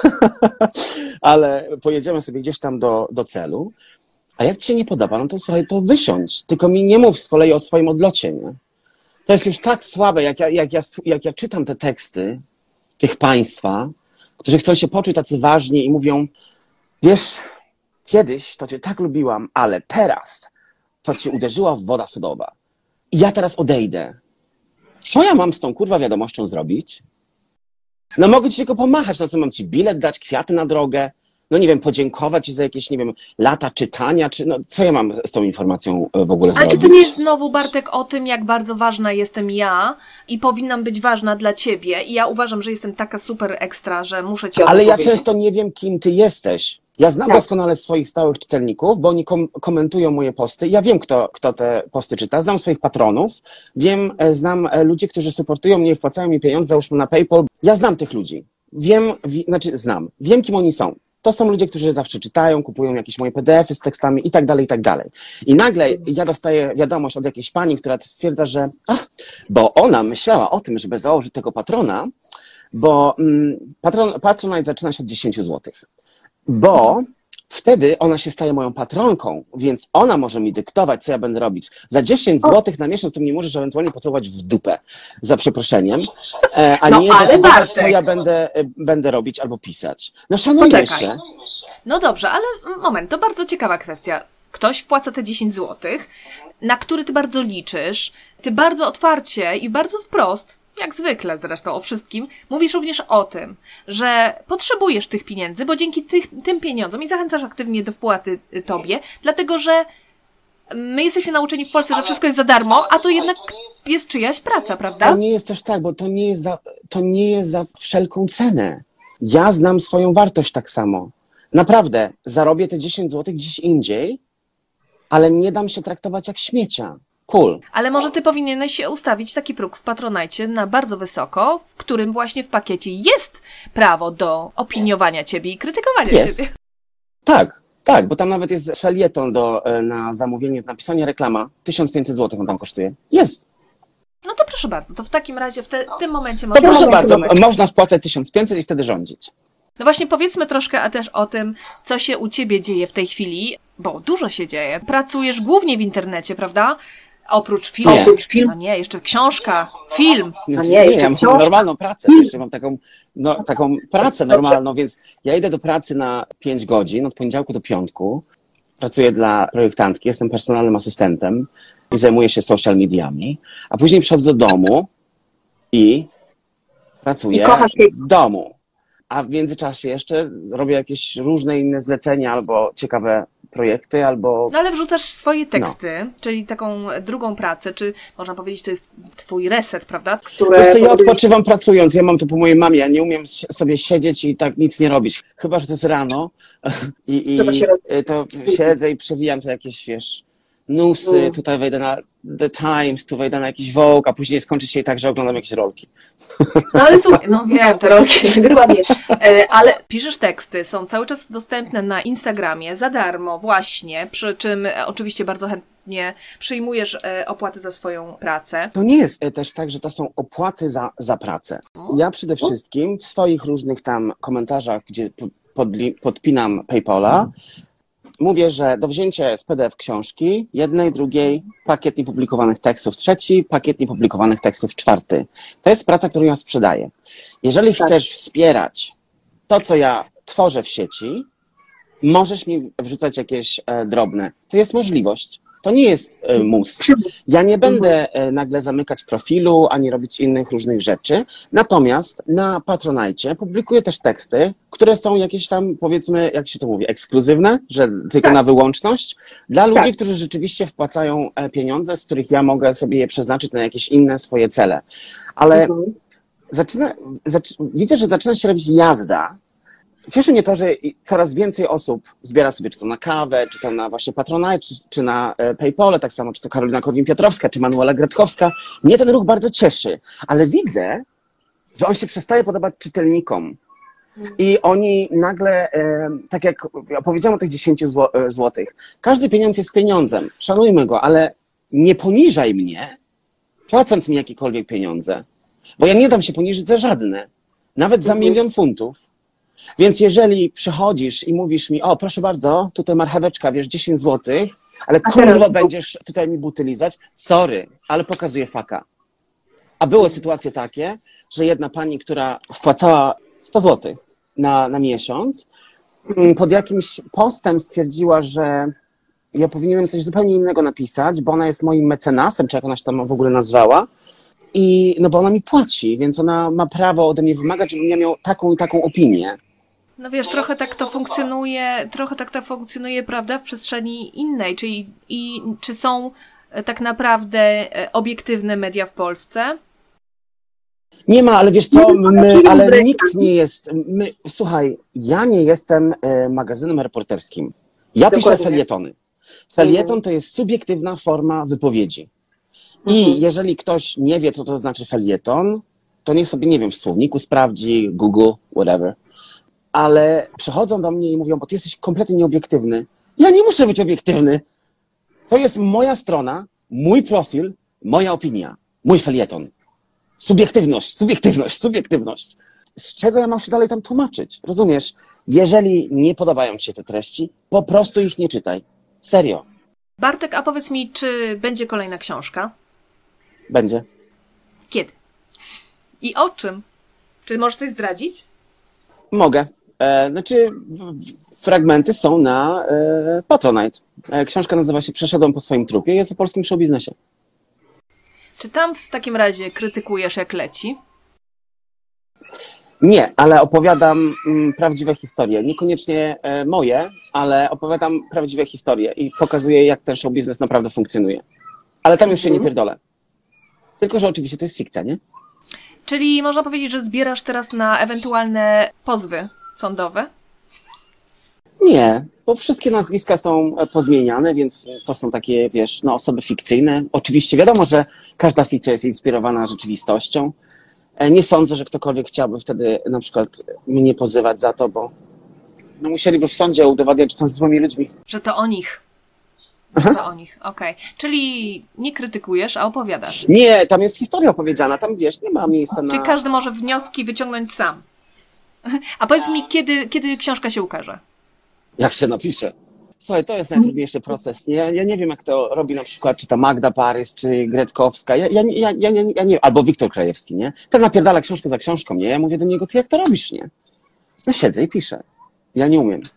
ale pojedziemy sobie gdzieś tam do celu. A jak ci się nie podoba, no to słuchaj, to wysiądź. Tylko mi nie mów z kolei o swoim odlocie, nie? To jest już tak słabe, jak ja czytam te teksty tych państwa, którzy chcą się poczuć tacy ważni i mówią, wiesz, kiedyś to cię tak lubiłam, ale teraz to cię uderzyła woda sodowa. I ja teraz odejdę. Co ja mam z tą kurwa wiadomością zrobić? No mogę ci tylko pomachać, no co mam ci bilet dać, kwiaty na drogę? No nie wiem, podziękować ci za jakieś, nie wiem, lata czytania, czy no co ja mam z tą informacją w ogóle zrobić? Ale czy to nie jest znowu, Bartek, o tym, jak bardzo ważna jestem ja i powinnam być ważna dla ciebie i ja uważam, że jestem taka super ekstra, że muszę ci o tym Ale ja powiedzieć. często nie wiem, kim ty jesteś. Ja znam doskonale swoich stałych czytelników, bo oni komentują moje posty. Ja wiem, kto te posty czyta. Znam swoich patronów. Znam ludzi, którzy supportują mnie i wpłacają mi pieniądze, załóżmy na PayPal. Ja znam tych ludzi. Znam. Wiem, kim oni są. To są ludzie, którzy zawsze czytają, kupują jakieś moje PDF-y z tekstami i tak dalej, i tak dalej. I nagle ja dostaję wiadomość od jakiejś pani, która stwierdza, że bo ona myślała o tym, żeby założyć tego patrona, bo Patronite zaczyna się od 10 złotych. Bo wtedy ona się staje moją patronką, więc ona może mi dyktować, co ja będę robić. Za 10 złotych na miesiąc to mnie możesz ewentualnie pocałować w dupę, za przeproszeniem, a nie decydować, co ja będę robić albo pisać. No szanujmy się. No dobrze, ale moment, to bardzo ciekawa kwestia. Ktoś wpłaca te 10 złotych, na który ty bardzo liczysz, ty bardzo otwarcie i bardzo wprost, jak zwykle zresztą o wszystkim, mówisz również o tym, że potrzebujesz tych pieniędzy, bo dzięki tym pieniądzom i zachęcasz aktywnie do wpłaty tobie, dlatego że my jesteśmy nauczeni w Polsce, że wszystko jest za darmo, a to jednak jest czyjaś praca, prawda? To nie jest też tak, bo to nie jest za wszelką cenę. Ja znam swoją wartość tak samo. Naprawdę, zarobię te 10 złotych gdzieś indziej, ale nie dam się traktować jak śmiecia. cool. Ale może ty powinieneś ustawić taki próg w Patronite na bardzo wysoko, w którym właśnie w pakiecie jest prawo do opiniowania ciebie i krytykowania ciebie. Tak, bo tam nawet jest felieton na zamówienie, napisanie reklama. 1500 zł on tam kosztuje. Jest. No to proszę bardzo, to w takim razie w tym momencie To proszę bardzo, można wpłacać 1500 i wtedy rządzić. No właśnie powiedzmy troszkę też o tym, co się u ciebie dzieje w tej chwili, bo dużo się dzieje. Pracujesz głównie w internecie, prawda? Oprócz filmu. No nie, jeszcze książka, film. Ja mam normalną pracę, jeszcze mam taką pracę normalną, więc ja idę do pracy na 5 godzin, od poniedziałku do piątku. Pracuję dla projektantki, jestem personalnym asystentem i zajmuję się social mediami, a później przychodzę do domu i pracuję w domu. A w międzyczasie jeszcze robię jakieś różne inne zlecenia albo ciekawe projekty, albo... No ale wrzucasz swoje teksty, czyli taką drugą pracę, czy można powiedzieć, to jest twój reset, prawda? Wiesz co, ja odpoczywam pracując, ja mam to po mojej mamie, ja nie umiem sobie siedzieć i tak nic nie robić. Chyba że to jest rano i to siedzę i przewijam to jakieś, wiesz, newsy, tutaj wejdę na The Times, tu wejdę na jakiś Vogue, a później skończy się tak, że oglądam jakieś rolki. No ale słuchaj, no wiem, te rolki, dokładnie. Ale piszesz teksty, są cały czas dostępne na Instagramie za darmo właśnie, przy czym oczywiście bardzo chętnie przyjmujesz opłaty za swoją pracę. To nie jest też tak, że to są opłaty za pracę. Ja przede wszystkim w swoich różnych tam komentarzach, gdzie podpinam PayPala, mówię, że do wzięcia jest PDF książki, jednej, drugiej, pakiet niepublikowanych tekstów trzeci, pakiet niepublikowanych tekstów czwarty. To jest praca, którą ja sprzedaję. Jeżeli chcesz wspierać to, co ja tworzę w sieci, możesz mi wrzucać jakieś drobne. To jest możliwość. To nie jest mus. Ja nie będę nagle zamykać profilu, ani robić innych różnych rzeczy. Natomiast na Patronite publikuję też teksty, które są jakieś tam, powiedzmy, jak się to mówi, ekskluzywne, że tylko na wyłączność, dla ludzi, którzy rzeczywiście wpłacają pieniądze, z których ja mogę sobie je przeznaczyć na jakieś inne swoje cele. Ale widzę, że zaczyna się robić jazda. Cieszy mnie to, że coraz więcej osób zbiera sobie czy to na kawę, czy to na właśnie Patronite, czy na PayPale, tak samo czy to Karolina Korwin-Piotrowska, czy Manuela Gretkowska. Mnie ten ruch bardzo cieszy, ale widzę, że on się przestaje podobać czytelnikom. I oni nagle, tak jak ja powiedziałem o tych 10 złotych, każdy pieniądz jest pieniądzem, szanujmy go, ale nie poniżaj mnie, płacąc mi jakiekolwiek pieniądze, bo ja nie dam się poniżyć za żadne, nawet za 1 000 000 funtów. Więc jeżeli przychodzisz i mówisz mi, o proszę bardzo, tutaj marcheweczka, wiesz, 10 złotych, ale kurwa będziesz tutaj mi buty lizać, sorry, ale pokazuję faka. A były sytuacje takie, że jedna pani, która wpłacała 100 złotych na miesiąc, pod jakimś postem stwierdziła, że ja powinienem coś zupełnie innego napisać, bo ona jest moim mecenasem, czy jak ona się tam w ogóle nazwała. I no bo ona mi płaci, więc ona ma prawo ode mnie wymagać, żebym ja miał taką i taką opinię. No wiesz, trochę tak to funkcjonuje, prawda, w przestrzeni innej, czyli czy są tak naprawdę obiektywne media w Polsce? Nie ma, ale wiesz co, ale nikt nie jest, słuchaj, ja nie jestem magazynem reporterskim. Ja piszę felietony. Felieton to jest subiektywna forma wypowiedzi. I jeżeli ktoś nie wie, co to znaczy felieton, to niech sobie, nie wiem, w słowniku sprawdzi, Google, whatever. Ale przychodzą do mnie i mówią, bo ty jesteś kompletnie nieobiektywny. Ja nie muszę być obiektywny. To jest moja strona, mój profil, moja opinia, mój felieton. Subiektywność. Z czego ja mam się dalej tam tłumaczyć? Rozumiesz? Jeżeli nie podobają ci się te treści, po prostu ich nie czytaj. Serio. Bartek, a powiedz mi, czy będzie kolejna książka? Będzie. Kiedy? I o czym? Czy możesz coś zdradzić? Mogę. Fragmenty są na Patronite. Książka nazywa się Przeszedłem po swoim trupie. Jest o polskim showbiznesie. Czy tam w takim razie krytykujesz, jak leci? Nie, ale opowiadam prawdziwe historie. Niekoniecznie moje, ale opowiadam prawdziwe historie i pokazuję, jak ten showbiznes naprawdę funkcjonuje. Ale tam już się nie pierdolę. Tylko że oczywiście to jest fikcja, nie? Czyli można powiedzieć, że zbierasz teraz na ewentualne pozwy sądowe? Nie, bo wszystkie nazwiska są pozmieniane, więc to są takie, wiesz, no, osoby fikcyjne. Oczywiście wiadomo, że każda fikcja jest inspirowana rzeczywistością. Nie sądzę, że ktokolwiek chciałby wtedy na przykład mnie pozywać za to, bo no, musieliby w sądzie udowadniać, że są złymi ludźmi. Że to o nich. Że to o nich, okej. Czyli nie krytykujesz, a opowiadasz. Nie, tam jest historia opowiedziana, tam wiesz, nie ma miejsca na... Czyli każdy może wnioski wyciągnąć sam. A powiedz mi, kiedy książka się ukaże? Jak się napisze. Słuchaj, to jest najtrudniejszy proces, nie? Ja nie wiem, jak to robi na przykład, czy ta Magda Parys, czy Gretkowska, ja nie, albo Wiktor Krajewski, nie? Ten napierdala książkę za książką, nie? Ja mówię do niego, ty jak to robisz, nie? No siedzę i piszę. Ja nie umiem.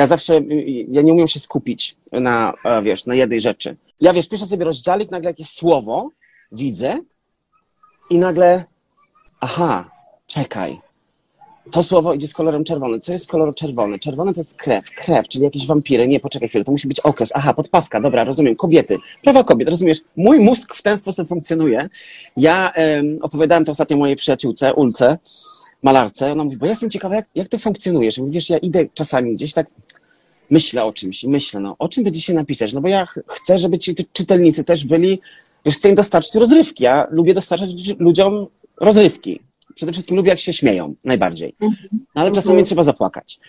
Ja nie umiem się skupić na, wiesz, na jednej rzeczy. Ja, wiesz, piszę sobie rozdziałik, nagle jakieś słowo widzę i nagle, aha, czekaj. To słowo idzie z kolorem czerwonym. Co jest kolor czerwony? Czerwony to jest krew, czyli jakieś wampiry. Nie, poczekaj chwilę, to musi być okres. Aha, podpaska, dobra, rozumiem, kobiety. Prawa kobiet, rozumiesz? Mój mózg w ten sposób funkcjonuje. Ja opowiadałem to ostatnio mojej przyjaciółce, Ulce, malarce. Ona mówi, bo ja jestem ciekawa, jak ty funkcjonujesz. Mówi, wiesz, ja idę czasami gdzieś tak, myślę o czymś i myślę, no, o czym by dzisiaj napisać? No bo ja chcę, żeby ci czytelnicy też byli, wiesz, chcę im dostarczyć rozrywki. Ja lubię dostarczać ludziom rozrywki. Przede wszystkim lubię, jak się śmieją, najbardziej. No, ale czasami trzeba zapłakać.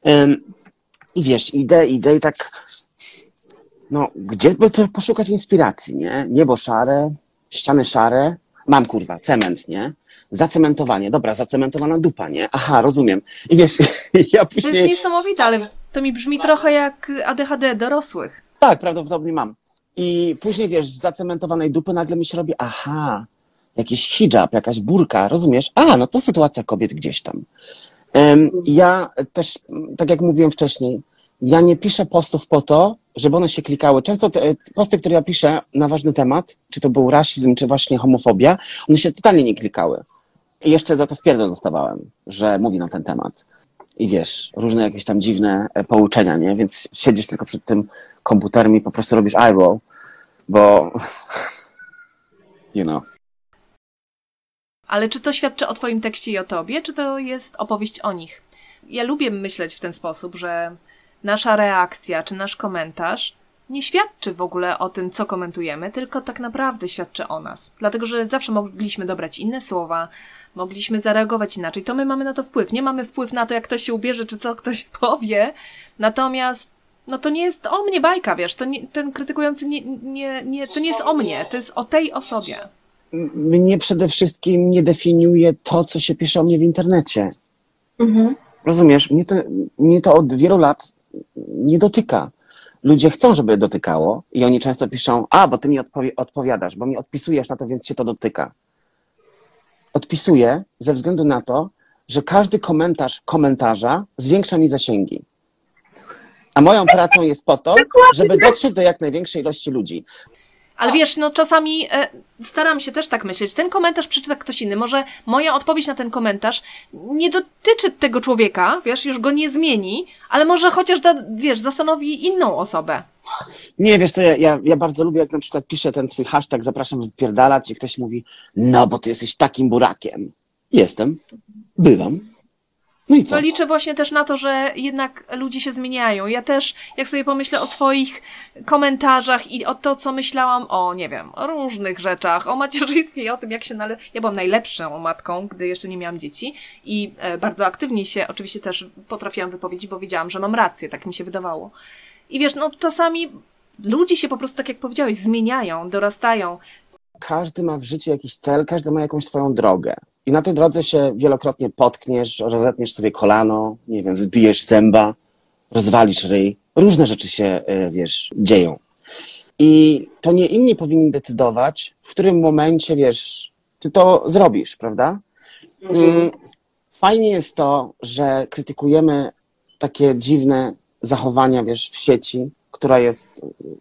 I wiesz, idę i tak, no, gdzie by to poszukać inspiracji, nie? Niebo szare, ściany szare, mam kurwa, cement, nie? Zacementowanie, dobra, zacementowana dupa, nie? Aha, rozumiem. I wiesz, ja później... To jest niesamowite, ale to mi brzmi trochę jak ADHD dorosłych. Tak, prawdopodobnie mam. I później, wiesz, z zacementowanej dupy nagle mi się robi, aha, jakiś hijab, jakaś burka, rozumiesz? A, no to sytuacja kobiet gdzieś tam. Ja też, tak jak mówiłem wcześniej, ja nie piszę postów po to, żeby one się klikały. Często te posty, które ja piszę na ważny temat, czy to był rasizm, czy właśnie homofobia, one się totalnie nie klikały. I jeszcze za to wpierdol dostawałem, że mówi na ten temat. I wiesz, różne jakieś tam dziwne pouczenia, nie? Więc siedzisz tylko przed tym komputerem i po prostu robisz eyeball, bo you know. Ale czy to świadczy o twoim tekście i o tobie, czy to jest opowieść o nich? Ja lubię myśleć w ten sposób, że nasza reakcja czy nasz komentarz nie świadczy w ogóle o tym, co komentujemy, tylko tak naprawdę świadczy o nas. Dlatego, że zawsze mogliśmy dobrać inne słowa, mogliśmy zareagować inaczej. To my mamy na to wpływ. Nie mamy wpływ na to, jak ktoś się ubierze, czy co ktoś powie. Natomiast no to nie jest o mnie bajka, wiesz. To nie, ten krytykujący to nie jest o mnie, to jest o tej osobie. Mnie przede wszystkim nie definiuje to, co się pisze o mnie w internecie. Rozumiesz? Mnie to od wielu lat nie dotyka. Ludzie chcą, żeby dotykało i oni często piszą, bo ty mi odpowiadasz, bo mi odpisujesz na to, więc się to dotyka. Odpisuję ze względu na to, że każdy komentarz komentarza zwiększa mi zasięgi. A moją pracą jest po to, żeby dotrzeć do jak największej ilości ludzi. Ale wiesz, no czasami staram się też tak myśleć. Ten komentarz przeczyta ktoś inny. Może moja odpowiedź na ten komentarz nie dotyczy tego człowieka, wiesz, już go nie zmieni, ale może chociaż, zastanowi inną osobę. Nie, wiesz co, ja bardzo lubię, jak na przykład piszę ten swój hashtag, zapraszam wypierdalać i ktoś mówi, no bo ty jesteś takim burakiem. Jestem. Bywam. No i co? No liczę właśnie też na to, że jednak ludzie się zmieniają. Ja też, jak sobie pomyślę o swoich komentarzach i o to, co myślałam o, nie wiem, o różnych rzeczach, o macierzyństwie i o tym, jak się Ja byłam najlepszą matką, gdy jeszcze nie miałam dzieci i bardzo aktywnie się oczywiście też potrafiłam wypowiedzieć, bo wiedziałam, że mam rację, tak mi się wydawało. I wiesz, no czasami ludzie się po prostu, tak jak powiedziałeś, zmieniają, dorastają. Każdy ma w życiu jakiś cel, każdy ma jakąś swoją drogę. I na tej drodze się wielokrotnie potkniesz, rozetniesz sobie kolano, nie wiem, wybijesz zęba, rozwalisz ryj. Różne rzeczy się, wiesz, dzieją. I to nie inni powinni decydować, w którym momencie, wiesz, ty to zrobisz, prawda? Fajnie jest to, że krytykujemy takie dziwne zachowania, wiesz, w sieci, która jest,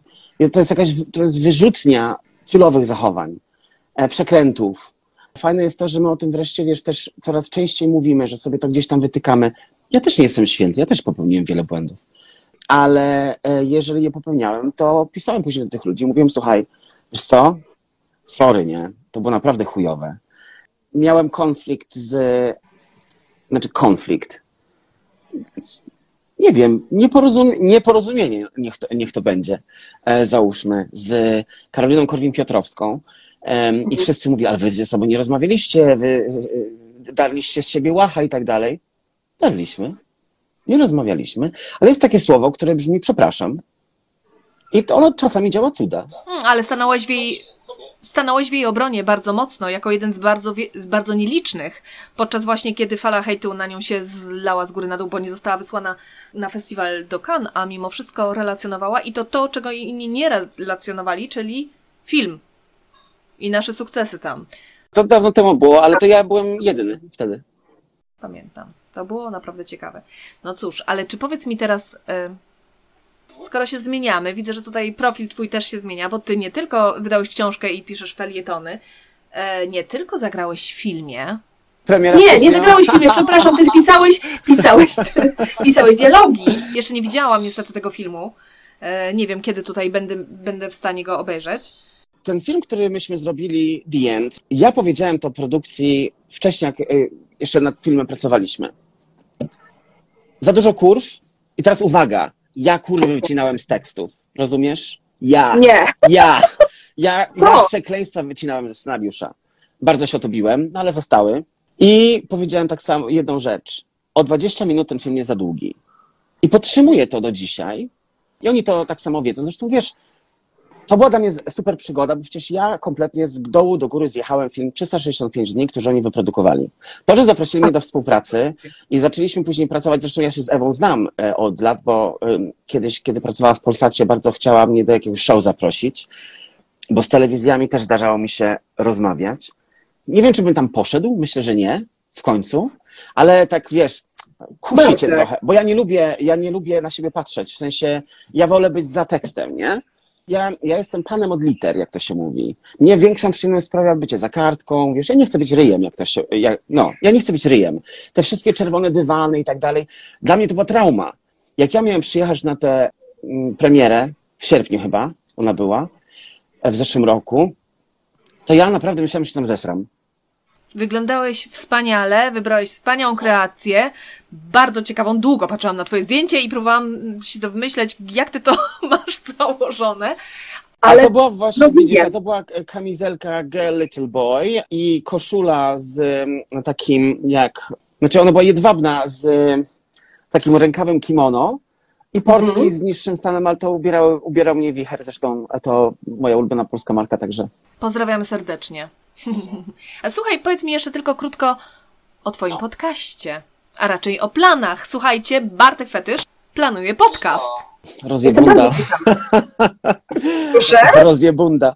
to jest wyrzutnia ciulowych zachowań, przekrętów. Fajne jest to, że my o tym wreszcie, wiesz, też coraz częściej mówimy, że sobie to gdzieś tam wytykamy. Ja też nie jestem święty, ja też popełniłem wiele błędów. Ale jeżeli je popełniałem, to pisałem później do tych ludzi, mówiłem, słuchaj, wiesz co, sorry, nie, to było naprawdę chujowe. Miałem konflikt. nie wiem, nieporozumienie niech to będzie, załóżmy, z Karoliną Korwin-Piotrowską. I wszyscy mówili, ale wy ze sobą nie rozmawialiście, wy darliście z siebie łacha i tak dalej. Darliśmy, nie rozmawialiśmy, ale jest takie słowo, które brzmi przepraszam. I to ono czasami działa cuda. Ale stanąłeś w jej obronie bardzo mocno, jako jeden z bardzo nielicznych, podczas właśnie kiedy fala hejtu na nią się zlała z góry na dół, bo nie została wysłana na festiwal do Cannes, a mimo wszystko relacjonowała i to, czego inni nie relacjonowali, czyli film i nasze sukcesy tam. To dawno temu było, ale to ja byłem jedyny wtedy. Pamiętam. To było naprawdę ciekawe. No cóż, ale czy powiedz mi teraz... Skoro się zmieniamy, widzę, że tutaj profil twój też się zmienia, bo ty nie tylko wydałeś książkę i piszesz felietony, nie tylko zagrałeś w filmie. Premiera nie zagrałeś w filmie, przepraszam, ty pisałeś dialogi. Jeszcze nie widziałam niestety tego filmu. Nie wiem, kiedy tutaj będę w stanie go obejrzeć. Ten film, który myśmy zrobili, The End, ja powiedziałem to produkcji wcześniej, jak jeszcze nad filmem pracowaliśmy. Za dużo kurw i teraz uwaga. Ja kurwy wycinałem z tekstów. Rozumiesz? Ja przekleństwa wycinałem ze scenariusza. Bardzo się o to biłem, no ale zostały. I powiedziałem tak samo jedną rzecz. O 20 minut ten film jest za długi. I podtrzymuję to do dzisiaj. I oni to tak samo wiedzą. Zresztą wiesz, to była dla mnie super przygoda, bo przecież ja kompletnie z dołu do góry zjechałem film 365 dni, który oni wyprodukowali. To, że zaprosili mnie do współpracy i zaczęliśmy później pracować, zresztą ja się z Ewą znam od lat, bo kiedyś, kiedy pracowała w Polsacie, bardzo chciała mnie do jakiegoś show zaprosić, bo z telewizjami też zdarzało mi się rozmawiać. Nie wiem, czy bym tam poszedł, myślę, że nie, w końcu, ale tak wiesz, kusi cię trochę, bo ja nie lubię na siebie patrzeć, w sensie ja wolę być za tekstem, nie? Ja jestem panem od liter, jak to się mówi. Mnie większą przyjemność sprawia bycie za kartką, wiesz, ja nie chcę być ryjem, ja nie chcę być ryjem. Te wszystkie czerwone dywany i tak dalej, dla mnie to była trauma. Jak ja miałem przyjechać na tę premierę, w sierpniu chyba ona była, w zeszłym roku, to ja naprawdę myślałem, że się tam zesram. Wyglądałeś wspaniale, wybrałeś wspaniałą kreację, bardzo ciekawą, długo patrzyłam na twoje zdjęcie i próbowałam się to wymyśleć, jak ty to masz założone. Ale to była właśnie, widzisz, to była kamizelka Girl Little Boy i koszula z takim znaczy ona była jedwabna z takim rękawem kimono i portki z niższym stanem, ale to ubierał mnie wicher, zresztą to moja ulubiona polska marka, także. Pozdrawiamy serdecznie. A słuchaj, powiedz mi jeszcze tylko krótko o twoim podcaście, a raczej o planach. Słuchajcie, Bartek Fetysz planuje podcast. Rozjebunda. Proszę? Rozjebunda.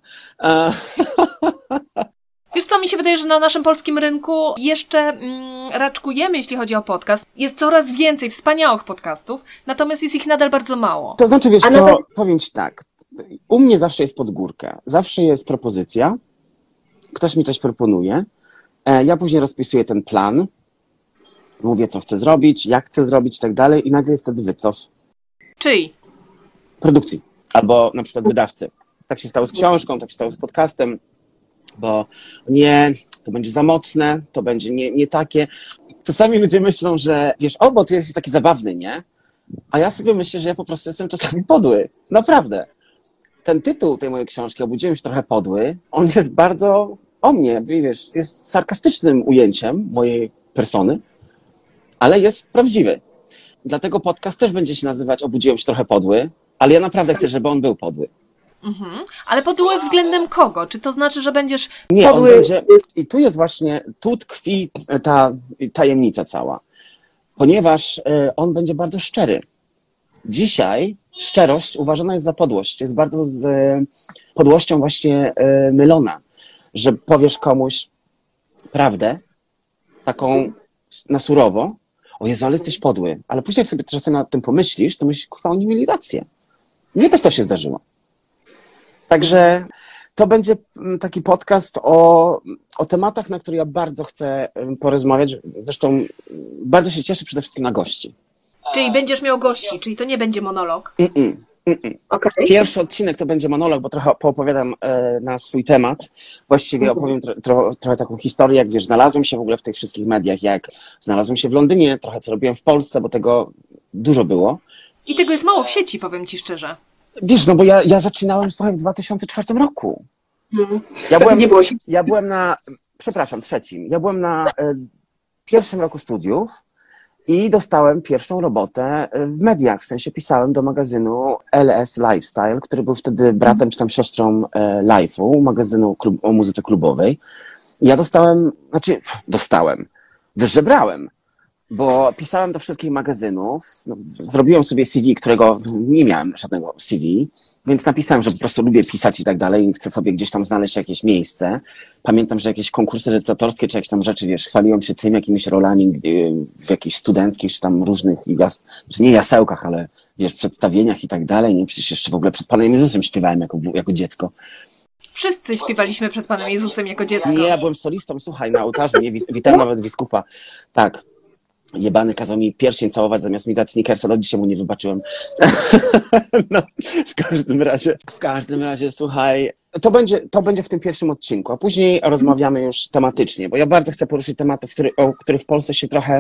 Wiesz co, mi się wydaje, że na naszym polskim rynku jeszcze raczkujemy, jeśli chodzi o podcast. Jest coraz więcej wspaniałych podcastów, natomiast jest ich nadal bardzo mało. To znaczy, wiesz co, powiem ci tak, u mnie zawsze jest pod górkę, zawsze jest propozycja, ktoś mi coś proponuje, ja później rozpisuję ten plan, mówię, co chcę zrobić, jak chcę zrobić i tak dalej i nagle jest wtedy wycof. Czyj? Produkcji, albo na przykład wydawcy. Tak się stało z książką, tak się stało z podcastem, bo nie, to będzie za mocne, to będzie nie takie. Czasami ludzie myślą, że wiesz, bo ty jesteś taki zabawny, nie? A ja sobie myślę, że ja po prostu jestem czasami podły. Naprawdę. Ten tytuł tej mojej książki, Obudziłem się trochę podły, on jest bardzo o mnie, wiesz, jest sarkastycznym ujęciem mojej persony, ale jest prawdziwy. Dlatego podcast też będzie się nazywać Obudziłem się trochę podły, ale ja naprawdę chcę, żeby on był podły. Ale podły względem kogo? Czy to znaczy, że będziesz nie, podły? On będzie, i tu jest właśnie, tu tkwi ta tajemnica cała, ponieważ on będzie bardzo szczery. Dzisiaj szczerość uważana jest za podłość, jest bardzo z podłością właśnie mylona, że powiesz komuś prawdę, taką na surowo, o Jezu, ale jesteś podły, ale później jak sobie czasem nad tym pomyślisz, to myślisz, kurwa, oni mieli rację. Mnie też to się zdarzyło. Także to będzie taki podcast o tematach, na które ja bardzo chcę porozmawiać. Zresztą bardzo się cieszę przede wszystkim na gości. Czyli będziesz miał gości, czyli to nie będzie monolog. Okay. Pierwszy odcinek to będzie monolog, bo trochę poopowiadam na swój temat. Właściwie opowiem trochę taką historię, jak wiesz, znalazłem się w ogóle w tych wszystkich mediach, jak znalazłem się w Londynie, trochę co robiłem w Polsce, bo tego dużo było. I tego jest mało w sieci, powiem ci szczerze. Wiesz, no bo ja zaczynałem, słuchaj, w 2004 roku. Ja byłem na, przepraszam, trzecim. Ja byłem na pierwszym roku studiów i dostałem pierwszą robotę w mediach. W sensie pisałem do magazynu LS Lifestyle, który był wtedy bratem czy tam siostrą Life'u, magazynu o muzyce klubowej. I ja wyżebrałem, bo pisałem do wszystkich magazynów, zrobiłem sobie CV, którego nie miałem żadnego CV, więc napisałem, że po prostu lubię pisać i tak dalej i chcę sobie gdzieś tam znaleźć jakieś miejsce. Pamiętam, że jakieś konkursy recytatorskie czy jakieś tam rzeczy, wiesz, chwaliłem się tym jakimiś rolami w jakichś studenckich czy tam różnych, czy nie jasełkach, ale wiesz, przedstawieniach i tak dalej. Nie, przecież jeszcze w ogóle przed Panem Jezusem śpiewałem jako dziecko. Wszyscy śpiewaliśmy przed Panem Jezusem jako dziecko. Nie, ja byłem solistą, słuchaj, na ołtarzu, nie, witałem nawet biskupa. Tak. Jebany kazał mi pierścień całować zamiast mi dać Snickersa, do dzisiaj mu nie wybaczyłem. No, w każdym razie, słuchaj, to będzie w tym pierwszym odcinku, a później rozmawiamy już tematycznie, bo ja bardzo chcę poruszyć tematy, o których w Polsce się trochę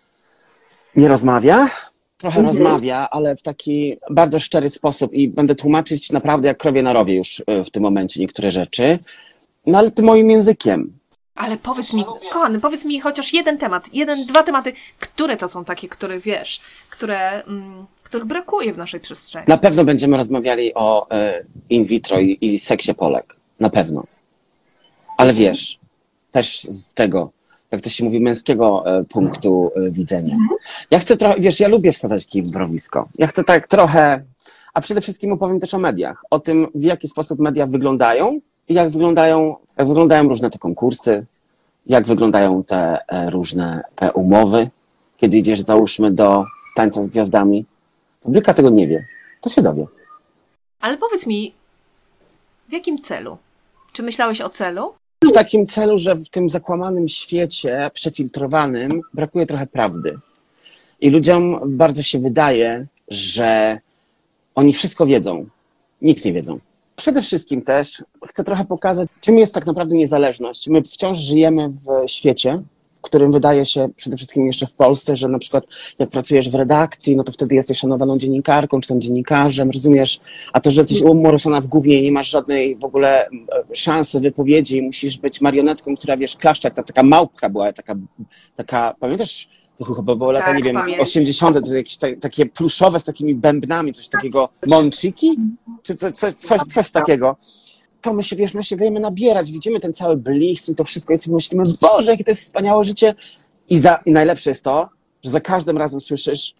nie rozmawia. Rozmawia, ale w taki bardzo szczery sposób i będę tłumaczyć naprawdę jak krowie na rowie już w tym momencie niektóre rzeczy, no ale tym moim językiem. Ale powiedz mi, kochany, powiedz mi chociaż jeden temat, dwa tematy, które to są takie, które wiesz, których brakuje w naszej przestrzeni. Na pewno będziemy rozmawiali o in vitro i seksie Polek. Na pewno. Ale wiesz, też z tego, jak to się mówi, męskiego punktu widzenia. Ja chcę trochę, wiesz, ja lubię wsadzać kij w mrowisko. Ja chcę tak trochę, a przede wszystkim opowiem też o mediach. O tym, w jaki sposób media wyglądają i jak wyglądają różne te konkursy, jak wyglądają te różne umowy, kiedy idziesz, załóżmy, do Tańca z Gwiazdami. Publika tego nie wie. To się dowie. Ale powiedz mi, w jakim celu? Czy myślałeś o celu? W takim celu, że w tym zakłamanym świecie, przefiltrowanym, brakuje trochę prawdy. I ludziom bardzo się wydaje, że oni wszystko wiedzą. Nic nie wiedzą. Przede wszystkim też chcę trochę pokazać, czym jest tak naprawdę niezależność. My wciąż żyjemy w świecie, w którym wydaje się, przede wszystkim jeszcze w Polsce, że na przykład jak pracujesz w redakcji, no to wtedy jesteś szanowaną dziennikarką, czy tam dziennikarzem, rozumiesz? A to, że jesteś umorosona w gównie i nie masz żadnej w ogóle szansy wypowiedzi i musisz być marionetką, która, wiesz, klaszcze, jak taka małpka była, taka pamiętasz? Chyba było lata, tak, nie wiem, pamiętam. 80. To jakieś takie pluszowe z takimi bębnami, coś takiego, monczyki? Czy coś takiego. To my się dajemy nabierać, widzimy ten cały blichtr i to wszystko jest i myślimy, Boże, jakie to jest wspaniałe życie. I najlepsze jest to, że za każdym razem słyszysz,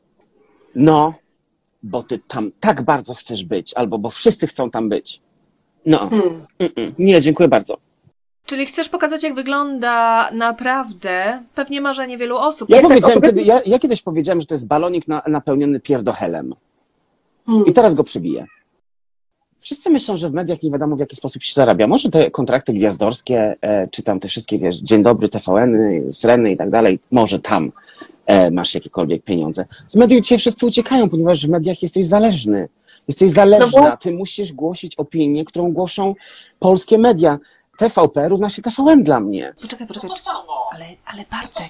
no, bo ty tam tak bardzo chcesz być, albo bo wszyscy chcą tam być. No, nie, dziękuję bardzo. Czyli chcesz pokazać, jak wygląda naprawdę pewnie marzenie wielu osób. Ja kiedyś powiedziałem, że to jest balonik napełniony pierdochelem. I teraz go przebiję. Wszyscy myślą, że w mediach nie wiadomo, w jaki sposób się zarabia. Może te kontrakty gwiazdorskie, czy tam te wszystkie, wiesz, Dzień Dobry, TVN-y, Sreny i tak dalej, może tam masz jakiekolwiek pieniądze. Z mediów dzisiaj wszyscy uciekają, ponieważ w mediach jesteś zależny. Jesteś zależna. Ty musisz głosić opinię, którą głoszą polskie media. TVP równa się TVN dla mnie. Poczekaj. Ale Bartek,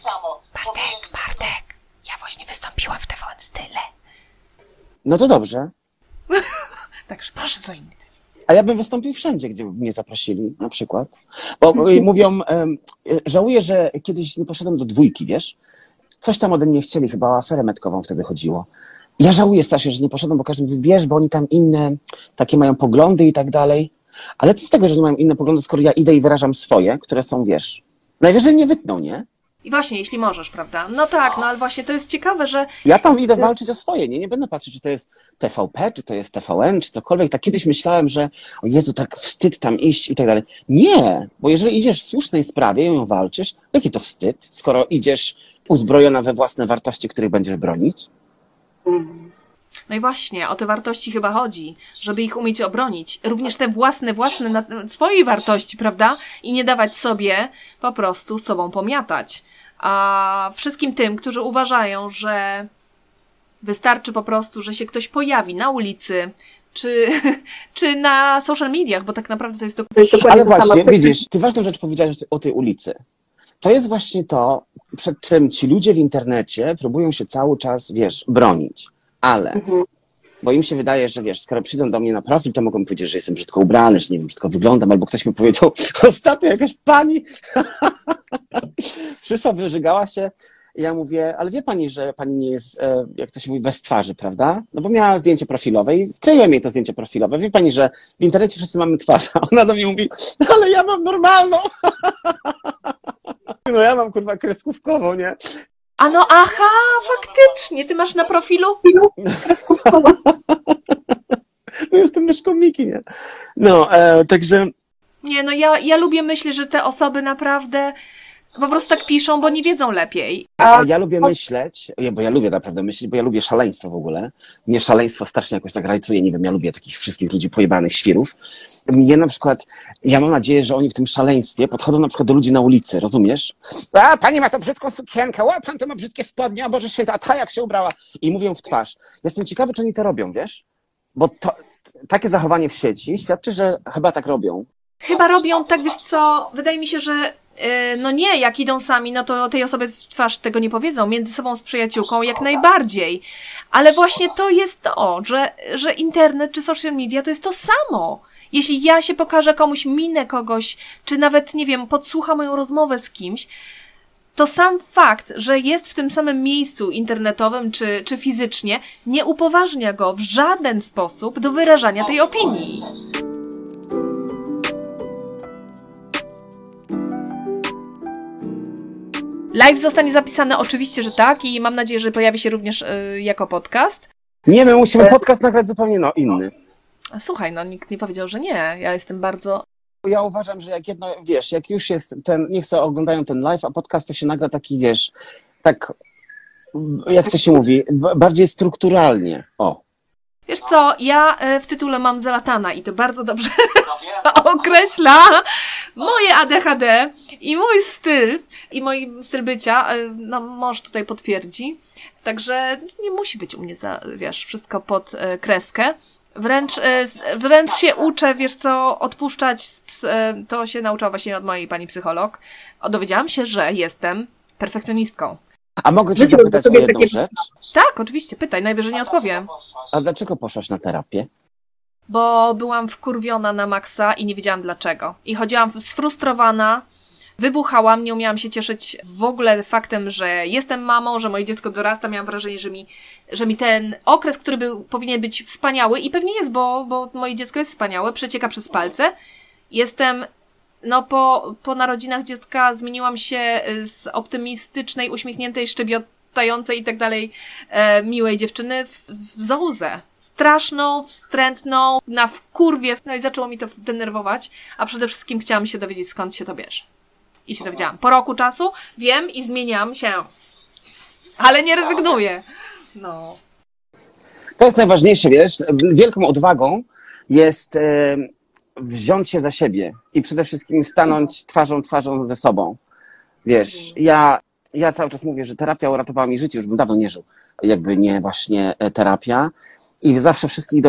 ja właśnie wystąpiłam w TVN Style. No to dobrze. Także proszę co innego. A ja bym wystąpił wszędzie, gdzie mnie zaprosili, na przykład. Bo mówią, żałuję, że kiedyś nie poszedłem do Dwójki, wiesz? Coś tam ode mnie chcieli, chyba o aferę metkową wtedy chodziło. Ja żałuję strasznie, że nie poszedłem, bo każdy mówi, wiesz, bo oni tam inne, takie mają poglądy i tak dalej. Ale co z tego, że nie mają inne poglądy, skoro ja idę i wyrażam swoje, które są, wiesz, najwyżej mnie wytną, nie? I właśnie, jeśli możesz, prawda? No tak, no ale właśnie to jest ciekawe, że... Ja tam idę walczyć o swoje, nie będę patrzeć, czy to jest TVP, czy to jest TVN, czy cokolwiek. Tak kiedyś myślałem, że o Jezu, tak wstyd tam iść i tak dalej. Nie, bo jeżeli idziesz w słusznej sprawie i ją walczysz, jaki to wstyd, skoro idziesz uzbrojona we własne wartości, których będziesz bronić? No i właśnie, o te wartości chyba chodzi, żeby ich umieć obronić. Również te własne swojej wartości, prawda? I nie dawać sobie po prostu sobą pomiatać. A wszystkim tym, którzy uważają, że wystarczy po prostu, że się ktoś pojawi na ulicy, czy na social mediach, bo tak naprawdę to jest dokładnie Ale właśnie, widzisz, ty ważną rzecz powiedziałeś o tej ulicy. to jest właśnie to, przed czym ci ludzie w internecie próbują się cały czas, wiesz, bronić. Ale, bo im się wydaje, że wiesz, skoro przyjdą do mnie na profil, to mogą powiedzieć, że jestem brzydko ubrany, że nie wiem, brzydko wyglądam, albo ktoś mi powiedział, ostatnio jakaś pani przyszła, wyżygała się. I ja mówię, ale wie pani, że pani nie jest, jak to się mówi, bez twarzy, prawda? No bo miała zdjęcie profilowe i wkleiłem jej to zdjęcie profilowe. Wie pani, że w internecie wszyscy mamy twarz. A ona do mnie mówi, ale ja mam normalną. No ja mam, kurwa, kreskówkową, nie? A no aha, faktycznie, ty masz na profilu kreskówkową. No jestem myszką Miki, nie? No, także... Nie, no ja lubię myśleć, że te osoby naprawdę po prostu tak piszą, bo nie wiedzą lepiej. A ja lubię myśleć, bo ja lubię naprawdę myśleć, bo ja lubię szaleństwo w ogóle. Mnie szaleństwo strasznie jakoś tak rajcuje, nie wiem, ja lubię takich wszystkich ludzi pojebanych, świrów. Mnie na przykład, ja mam nadzieję, że oni w tym szaleństwie podchodzą na przykład do ludzi na ulicy, rozumiesz? A, pani ma to brzydką sukienkę, a pan to ma brzydkie spodnie, a Boże Święta, a ta jak się ubrała? I mówią w twarz. Jestem ciekawy, czy oni to robią, wiesz? Bo to, takie zachowanie w sieci świadczy, że chyba tak robią. Chyba robią tak, wiesz co, wydaje mi się, że no nie, jak idą sami, no to tej osobie w twarz tego nie powiedzą, między sobą z przyjaciółką jak najbardziej. Ale właśnie to jest to, że internet czy social media to jest to samo. Jeśli ja się pokażę komuś, minę kogoś, czy nawet, nie wiem, podsłucha moją rozmowę z kimś, to sam fakt, że jest w tym samym miejscu internetowym czy fizycznie, nie upoważnia go w żaden sposób do wyrażania tej opinii. Live zostanie zapisany, oczywiście, że tak, i mam nadzieję, że pojawi się również jako podcast. Nie, my musimy podcast nagrać zupełnie inny. Słuchaj, no nikt nie powiedział, że nie. Ja jestem bardzo... Ja uważam, że jak jedno, wiesz, jak już jest ten, niech sobie oglądają ten live, a podcast to się nagra taki, wiesz, tak, jak to się mówi, bardziej strukturalnie. O. Wiesz co, ja w tytule mam Zalatana i to bardzo dobrze określa moje ADHD i mój styl bycia, no mąż tutaj potwierdzi, także nie musi być u mnie, wiesz, wszystko pod kreskę. Wręcz się uczę, wiesz co, odpuszczać, to się nauczyła właśnie od mojej pani psycholog. Dowiedziałam się, że jestem perfekcjonistką. A mogę cię zapytać o jedną rzecz? Tak, oczywiście, pytaj, najwyżej nie odpowiem. A dlaczego poszłaś na terapię? Bo byłam wkurwiona na maksa i nie wiedziałam dlaczego. I chodziłam sfrustrowana, wybuchałam, nie umiałam się cieszyć w ogóle faktem, że jestem mamą, że moje dziecko dorasta. Miałam wrażenie, że mi ten okres, który powinien być wspaniały i pewnie jest, bo moje dziecko jest wspaniałe, przecieka przez palce. Jestem... No po narodzinach dziecka zmieniłam się z optymistycznej, uśmiechniętej, szczebiotającej i tak dalej miłej dziewczyny w zołzę. Straszną, wstrętną, na wkurwie. No i zaczęło mi to denerwować, a przede wszystkim chciałam się dowiedzieć, skąd się to bierze. I się dowiedziałam. Po roku czasu wiem i zmieniam się. Ale nie rezygnuję. No. To jest najważniejsze, wiesz, wielką odwagą jest... wziąć się za siebie i przede wszystkim stanąć twarzą ze sobą. Wiesz, ja cały czas mówię, że terapia uratowała mi życie, już bym dawno nie żył, jakby nie właśnie terapia. I zawsze wszystkich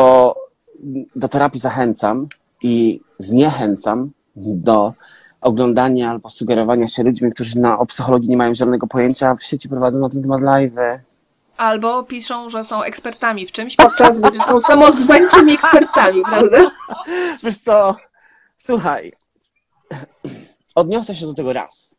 do terapii zachęcam i zniechęcam do oglądania albo sugerowania się ludźmi, którzy o psychologii nie mają żadnego pojęcia, a w sieci prowadzą na ten temat live'y. Albo piszą, że są ekspertami w czymś, podczas gdy są samozwańczymi ekspertami, prawda? Wiesz co, słuchaj, odniosę się do tego raz.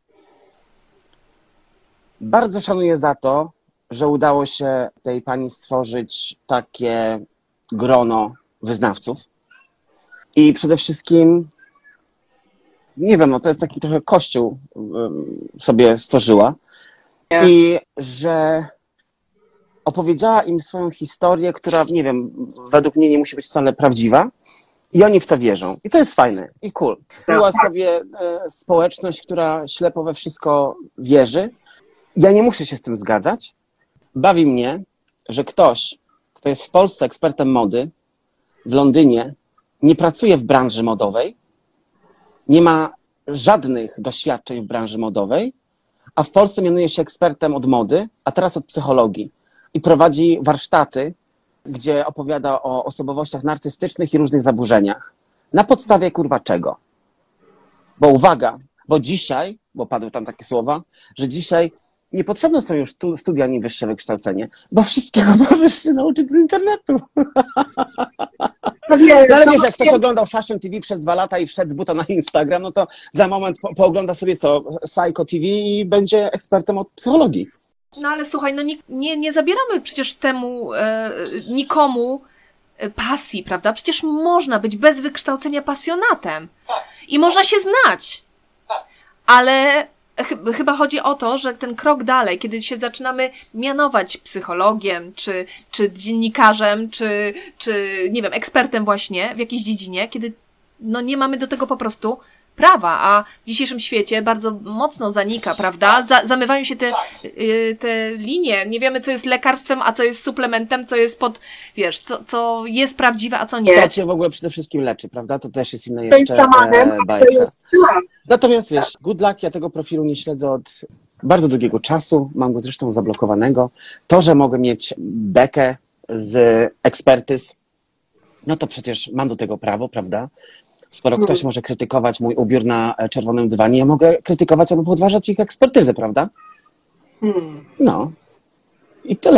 Bardzo szanuję za to, że udało się tej pani stworzyć takie grono wyznawców. I przede wszystkim, nie wiem, no to jest taki trochę kościół sobie stworzyła. I że opowiedziała im swoją historię, która, nie wiem, według mnie nie musi być wcale prawdziwa. I oni w to wierzą. I to jest fajne i cool. Była sobie społeczność, która ślepo we wszystko wierzy. Ja nie muszę się z tym zgadzać. Bawi mnie, że ktoś, kto jest w Polsce ekspertem mody, w Londynie, nie pracuje w branży modowej, nie ma żadnych doświadczeń w branży modowej, a w Polsce mianuje się ekspertem od mody, a teraz od psychologii. I prowadzi warsztaty, gdzie opowiada o osobowościach narcystycznych i różnych zaburzeniach. Na podstawie kurwa czego? Bo uwaga, bo dzisiaj bo padły tam takie słowa, że dzisiaj niepotrzebne są już studia ani wyższe wykształcenie, bo wszystkiego możesz się nauczyć z internetu. No ale wiesz, jak ktoś oglądał Fashion TV przez 2 lata i wszedł z buta na Instagram, no to za moment poogląda sobie Psycho TV i będzie ekspertem od psychologii. No ale słuchaj, no nie zabieramy przecież temu nikomu pasji, prawda? Przecież można być bez wykształcenia pasjonatem. Tak. I można się znać. Tak. Ale chyba chodzi o to, że ten krok dalej, kiedy się zaczynamy mianować psychologiem, czy dziennikarzem, czy nie wiem, ekspertem właśnie w jakiejś dziedzinie, kiedy no nie mamy do tego po prostu prawa, a w dzisiejszym świecie bardzo mocno zanika, prawda? Zamywają się te linie. Nie wiemy, co jest lekarstwem, a co jest suplementem, co jest wiesz, co jest prawdziwe, a co nie. Kto cię w ogóle przede wszystkim leczy, prawda? To też jest inna jeszcze bajka. Natomiast wiesz, good luck, ja tego profilu nie śledzę od bardzo długiego czasu, mam go zresztą zablokowanego. To, że mogę mieć bekę z ekspertyz, no to przecież mam do tego prawo, prawda? Skoro ktoś może krytykować mój ubiór na czerwonym dywanie, ja mogę krytykować albo podważać ich ekspertyzę, prawda? No. I tyle.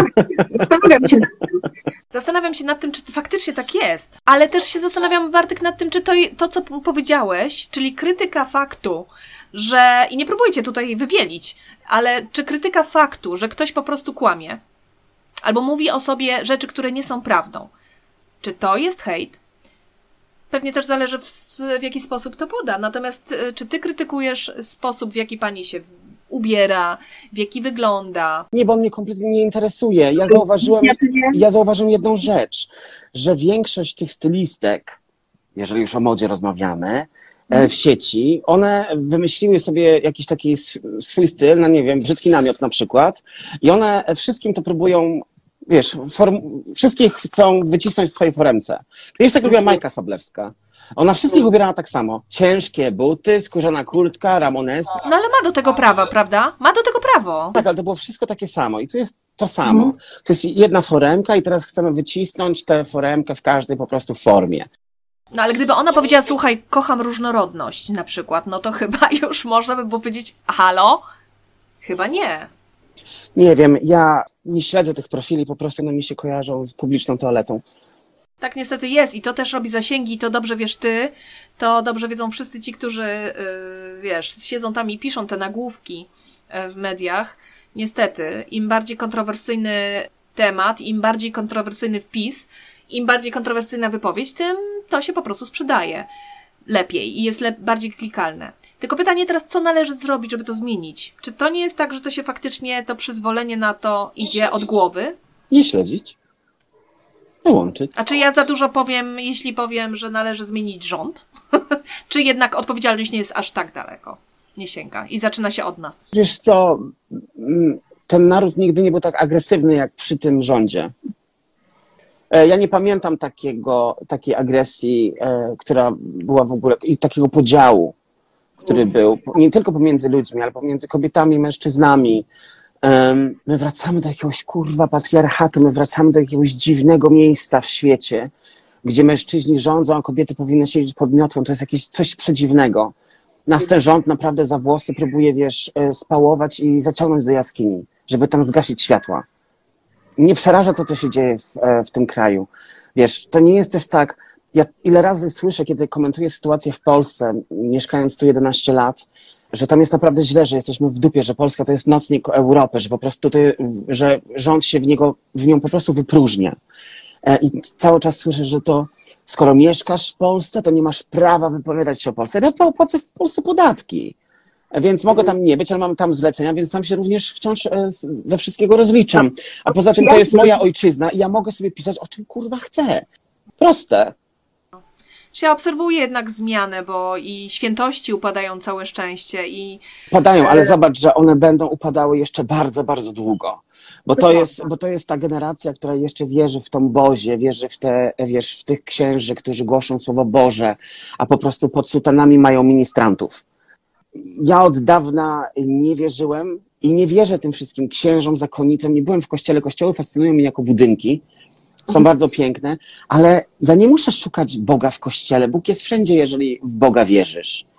Zastanawiam się nad tym, czy faktycznie tak jest. Ale też się zastanawiam, Bartek, nad tym, czy to, co powiedziałeś, czyli krytyka faktu, że... I nie próbujcie tutaj wybielić, ale czy krytyka faktu, że ktoś po prostu kłamie, albo mówi o sobie rzeczy, które nie są prawdą, czy to jest hejt? Pewnie też zależy w jaki sposób to poda. Natomiast czy ty krytykujesz sposób, w jaki pani się ubiera, w jaki wygląda? Nie, bo on mnie kompletnie nie interesuje. Ja zauważyłem jedną rzecz, że większość tych stylistek, jeżeli już o modzie rozmawiamy, w sieci, one wymyśliły sobie jakiś taki swój styl, no nie wiem, brzydki namiot na przykład, i one wszystkim to próbują, wiesz, wszystkich chcą wycisnąć w swojej foremce. Kiedyś tak robiła Majka Soblewska. Ona wszystkich ubierała tak samo. Ciężkie buty, skórzana kurtka, ramonesy. No ale ma do tego prawo, prawda? Ma do tego prawo. Tak, ale to było wszystko takie samo. I tu jest to samo. To jest jedna foremka i teraz chcemy wycisnąć tę foremkę w każdej po prostu formie. No ale gdyby ona powiedziała, słuchaj, kocham różnorodność na przykład, no to chyba już można by było powiedzieć, halo? Chyba nie. Nie wiem, ja nie śledzę tych profili, po prostu one mi się kojarzą z publiczną toaletą. Tak niestety jest i to też robi zasięgi i to dobrze wiesz ty, to dobrze wiedzą wszyscy ci, którzy, wiesz, siedzą tam i piszą te nagłówki w mediach. Niestety, im bardziej kontrowersyjny temat, im bardziej kontrowersyjny wpis, im bardziej kontrowersyjna wypowiedź, tym to się po prostu sprzedaje lepiej i jest bardziej klikalne. Tylko pytanie teraz, co należy zrobić, żeby to zmienić? Czy to nie jest tak, że to się faktycznie, to przyzwolenie na to idzie od głowy? Nie śledzić. Wyłączyć. A czy ja za dużo powiem, jeśli powiem, że należy zmienić rząd? Czy jednak odpowiedzialność nie jest aż tak daleko? Nie sięga i zaczyna się od nas. Wiesz co, ten naród nigdy nie był tak agresywny jak przy tym rządzie. Ja nie pamiętam takiej agresji, która była w ogóle, i takiego podziału, który był nie tylko pomiędzy ludźmi, ale pomiędzy kobietami i mężczyznami. My wracamy do jakiegoś patriarchatu, my wracamy do jakiegoś dziwnego miejsca w świecie, gdzie mężczyźni rządzą, a kobiety powinny siedzieć pod miotłą. To jest jakieś coś przedziwnego. Nas ten rząd naprawdę za włosy próbuje, wiesz, spałować i zaciągnąć do jaskini, żeby tam zgasić światła. Mnie przeraża to, co się dzieje w tym kraju. Wiesz, to nie jest też tak, ja ile razy słyszę, kiedy komentuję sytuację w Polsce, mieszkając tu 11 lat, że tam jest naprawdę źle, że jesteśmy w dupie, że Polska to jest nocnik Europy, że po prostu że rząd się w nią po prostu wypróżnia. I cały czas słyszę, że to skoro mieszkasz w Polsce, to nie masz prawa wypowiadać się o Polsce. Ja płacę w Polsce podatki, więc mogę tam nie być, ale mam tam zlecenia, więc tam się również wciąż ze wszystkiego rozliczam. A poza tym to jest moja ojczyzna i ja mogę sobie pisać, o czym chcę. Proste. Ja obserwuję jednak zmianę, bo i świętości upadają całe szczęście i... Padają, ale zobacz, że one będą upadały jeszcze bardzo, bardzo długo. Bo to jest ta generacja, która jeszcze wierzy w tą Bozię, wierzy w tych księży, którzy głoszą Słowo Boże, a po prostu pod sutanami mają ministrantów. Ja od dawna nie wierzyłem i nie wierzę tym wszystkim księżom, zakonnicom. Nie byłem w kościele. Kościoły fascynują mnie jako budynki. Są bardzo piękne, ale ja nie muszę szukać Boga w kościele. Bóg jest wszędzie, jeżeli w Boga wierzysz.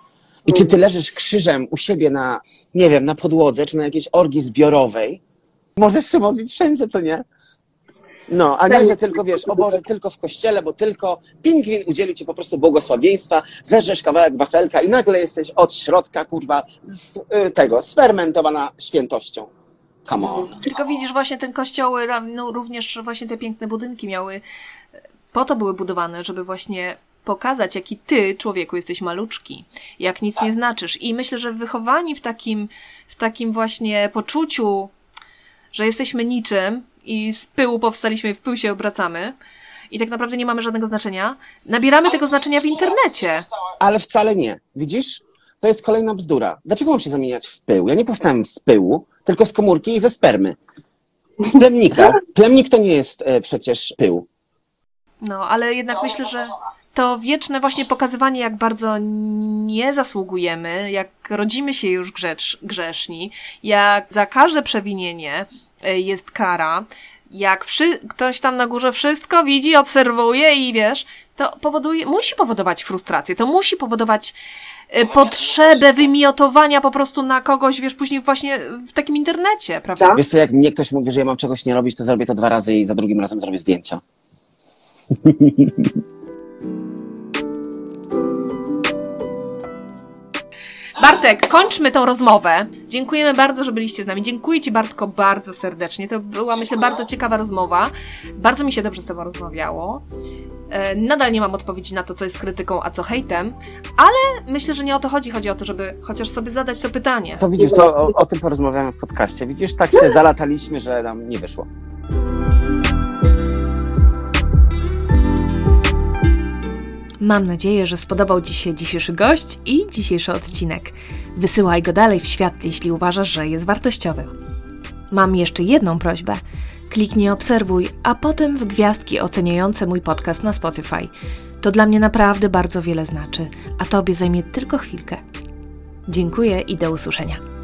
I czy ty leżysz krzyżem u siebie na, nie wiem, na podłodze, czy na jakiejś orgii zbiorowej, możesz się modlić wszędzie, co nie? No, a nie, że tylko wiesz, o Boże, tylko w kościele, bo tylko pingwin udzieli ci po prostu błogosławieństwa, zerzesz kawałek wafelka i nagle jesteś od środka, kurwa, sfermentowana świętością. Come on. Tylko widzisz, właśnie ten kościoły, no również właśnie te piękne budynki po to były budowane, żeby właśnie pokazać, jaki ty, człowieku, jesteś maluczki, jak nic nie znaczysz. I myślę, że wychowani w takim właśnie poczuciu, że jesteśmy niczym i z pyłu powstaliśmy i w pył się obracamy i tak naprawdę nie mamy żadnego znaczenia, nabieramy tego znaczenia w internecie. Ale wcale nie. Widzisz? To jest kolejna bzdura. Dlaczego mam się zamieniać w pył? Ja nie powstałem z pyłu, tylko z komórki i ze spermy. Z plemnika. Plemnik to nie jest przecież pył. No, ale jednak myślę, że to wieczne właśnie pokazywanie, jak bardzo nie zasługujemy, jak rodzimy się już grzeszni, jak za każde przewinienie jest kara, jak ktoś tam na górze wszystko widzi, obserwuje i wiesz, to musi powodować frustrację, to musi powodować potrzebę wymiotowania po prostu na kogoś, wiesz, później właśnie w takim internecie, prawda? Wiesz co, jak mnie ktoś mówi, że ja mam czegoś nie robić, to zrobię to 2 razy i za drugim razem zrobię zdjęcia. Bartek, kończmy tą rozmowę. Dziękujemy bardzo, że byliście z nami. Dziękuję ci, Bartko, bardzo serdecznie. To była, myślę, bardzo ciekawa rozmowa. Bardzo mi się dobrze z tobą rozmawiało. Nadal nie mam odpowiedzi na to, co jest krytyką, a co hejtem, ale myślę, że nie o to chodzi. Chodzi o to, żeby chociaż sobie zadać to pytanie. To widzisz, to o tym porozmawiamy w podcaście. Widzisz, tak się zalataliśmy, że nam nie wyszło. Mam nadzieję, że spodobał Ci się dzisiejszy gość i dzisiejszy odcinek. Wysyłaj go dalej w świat, jeśli uważasz, że jest wartościowy. Mam jeszcze jedną prośbę. Kliknij obserwuj, a potem w gwiazdki oceniające mój podcast na Spotify. To dla mnie naprawdę bardzo wiele znaczy, a Tobie zajmie tylko chwilkę. Dziękuję i do usłyszenia.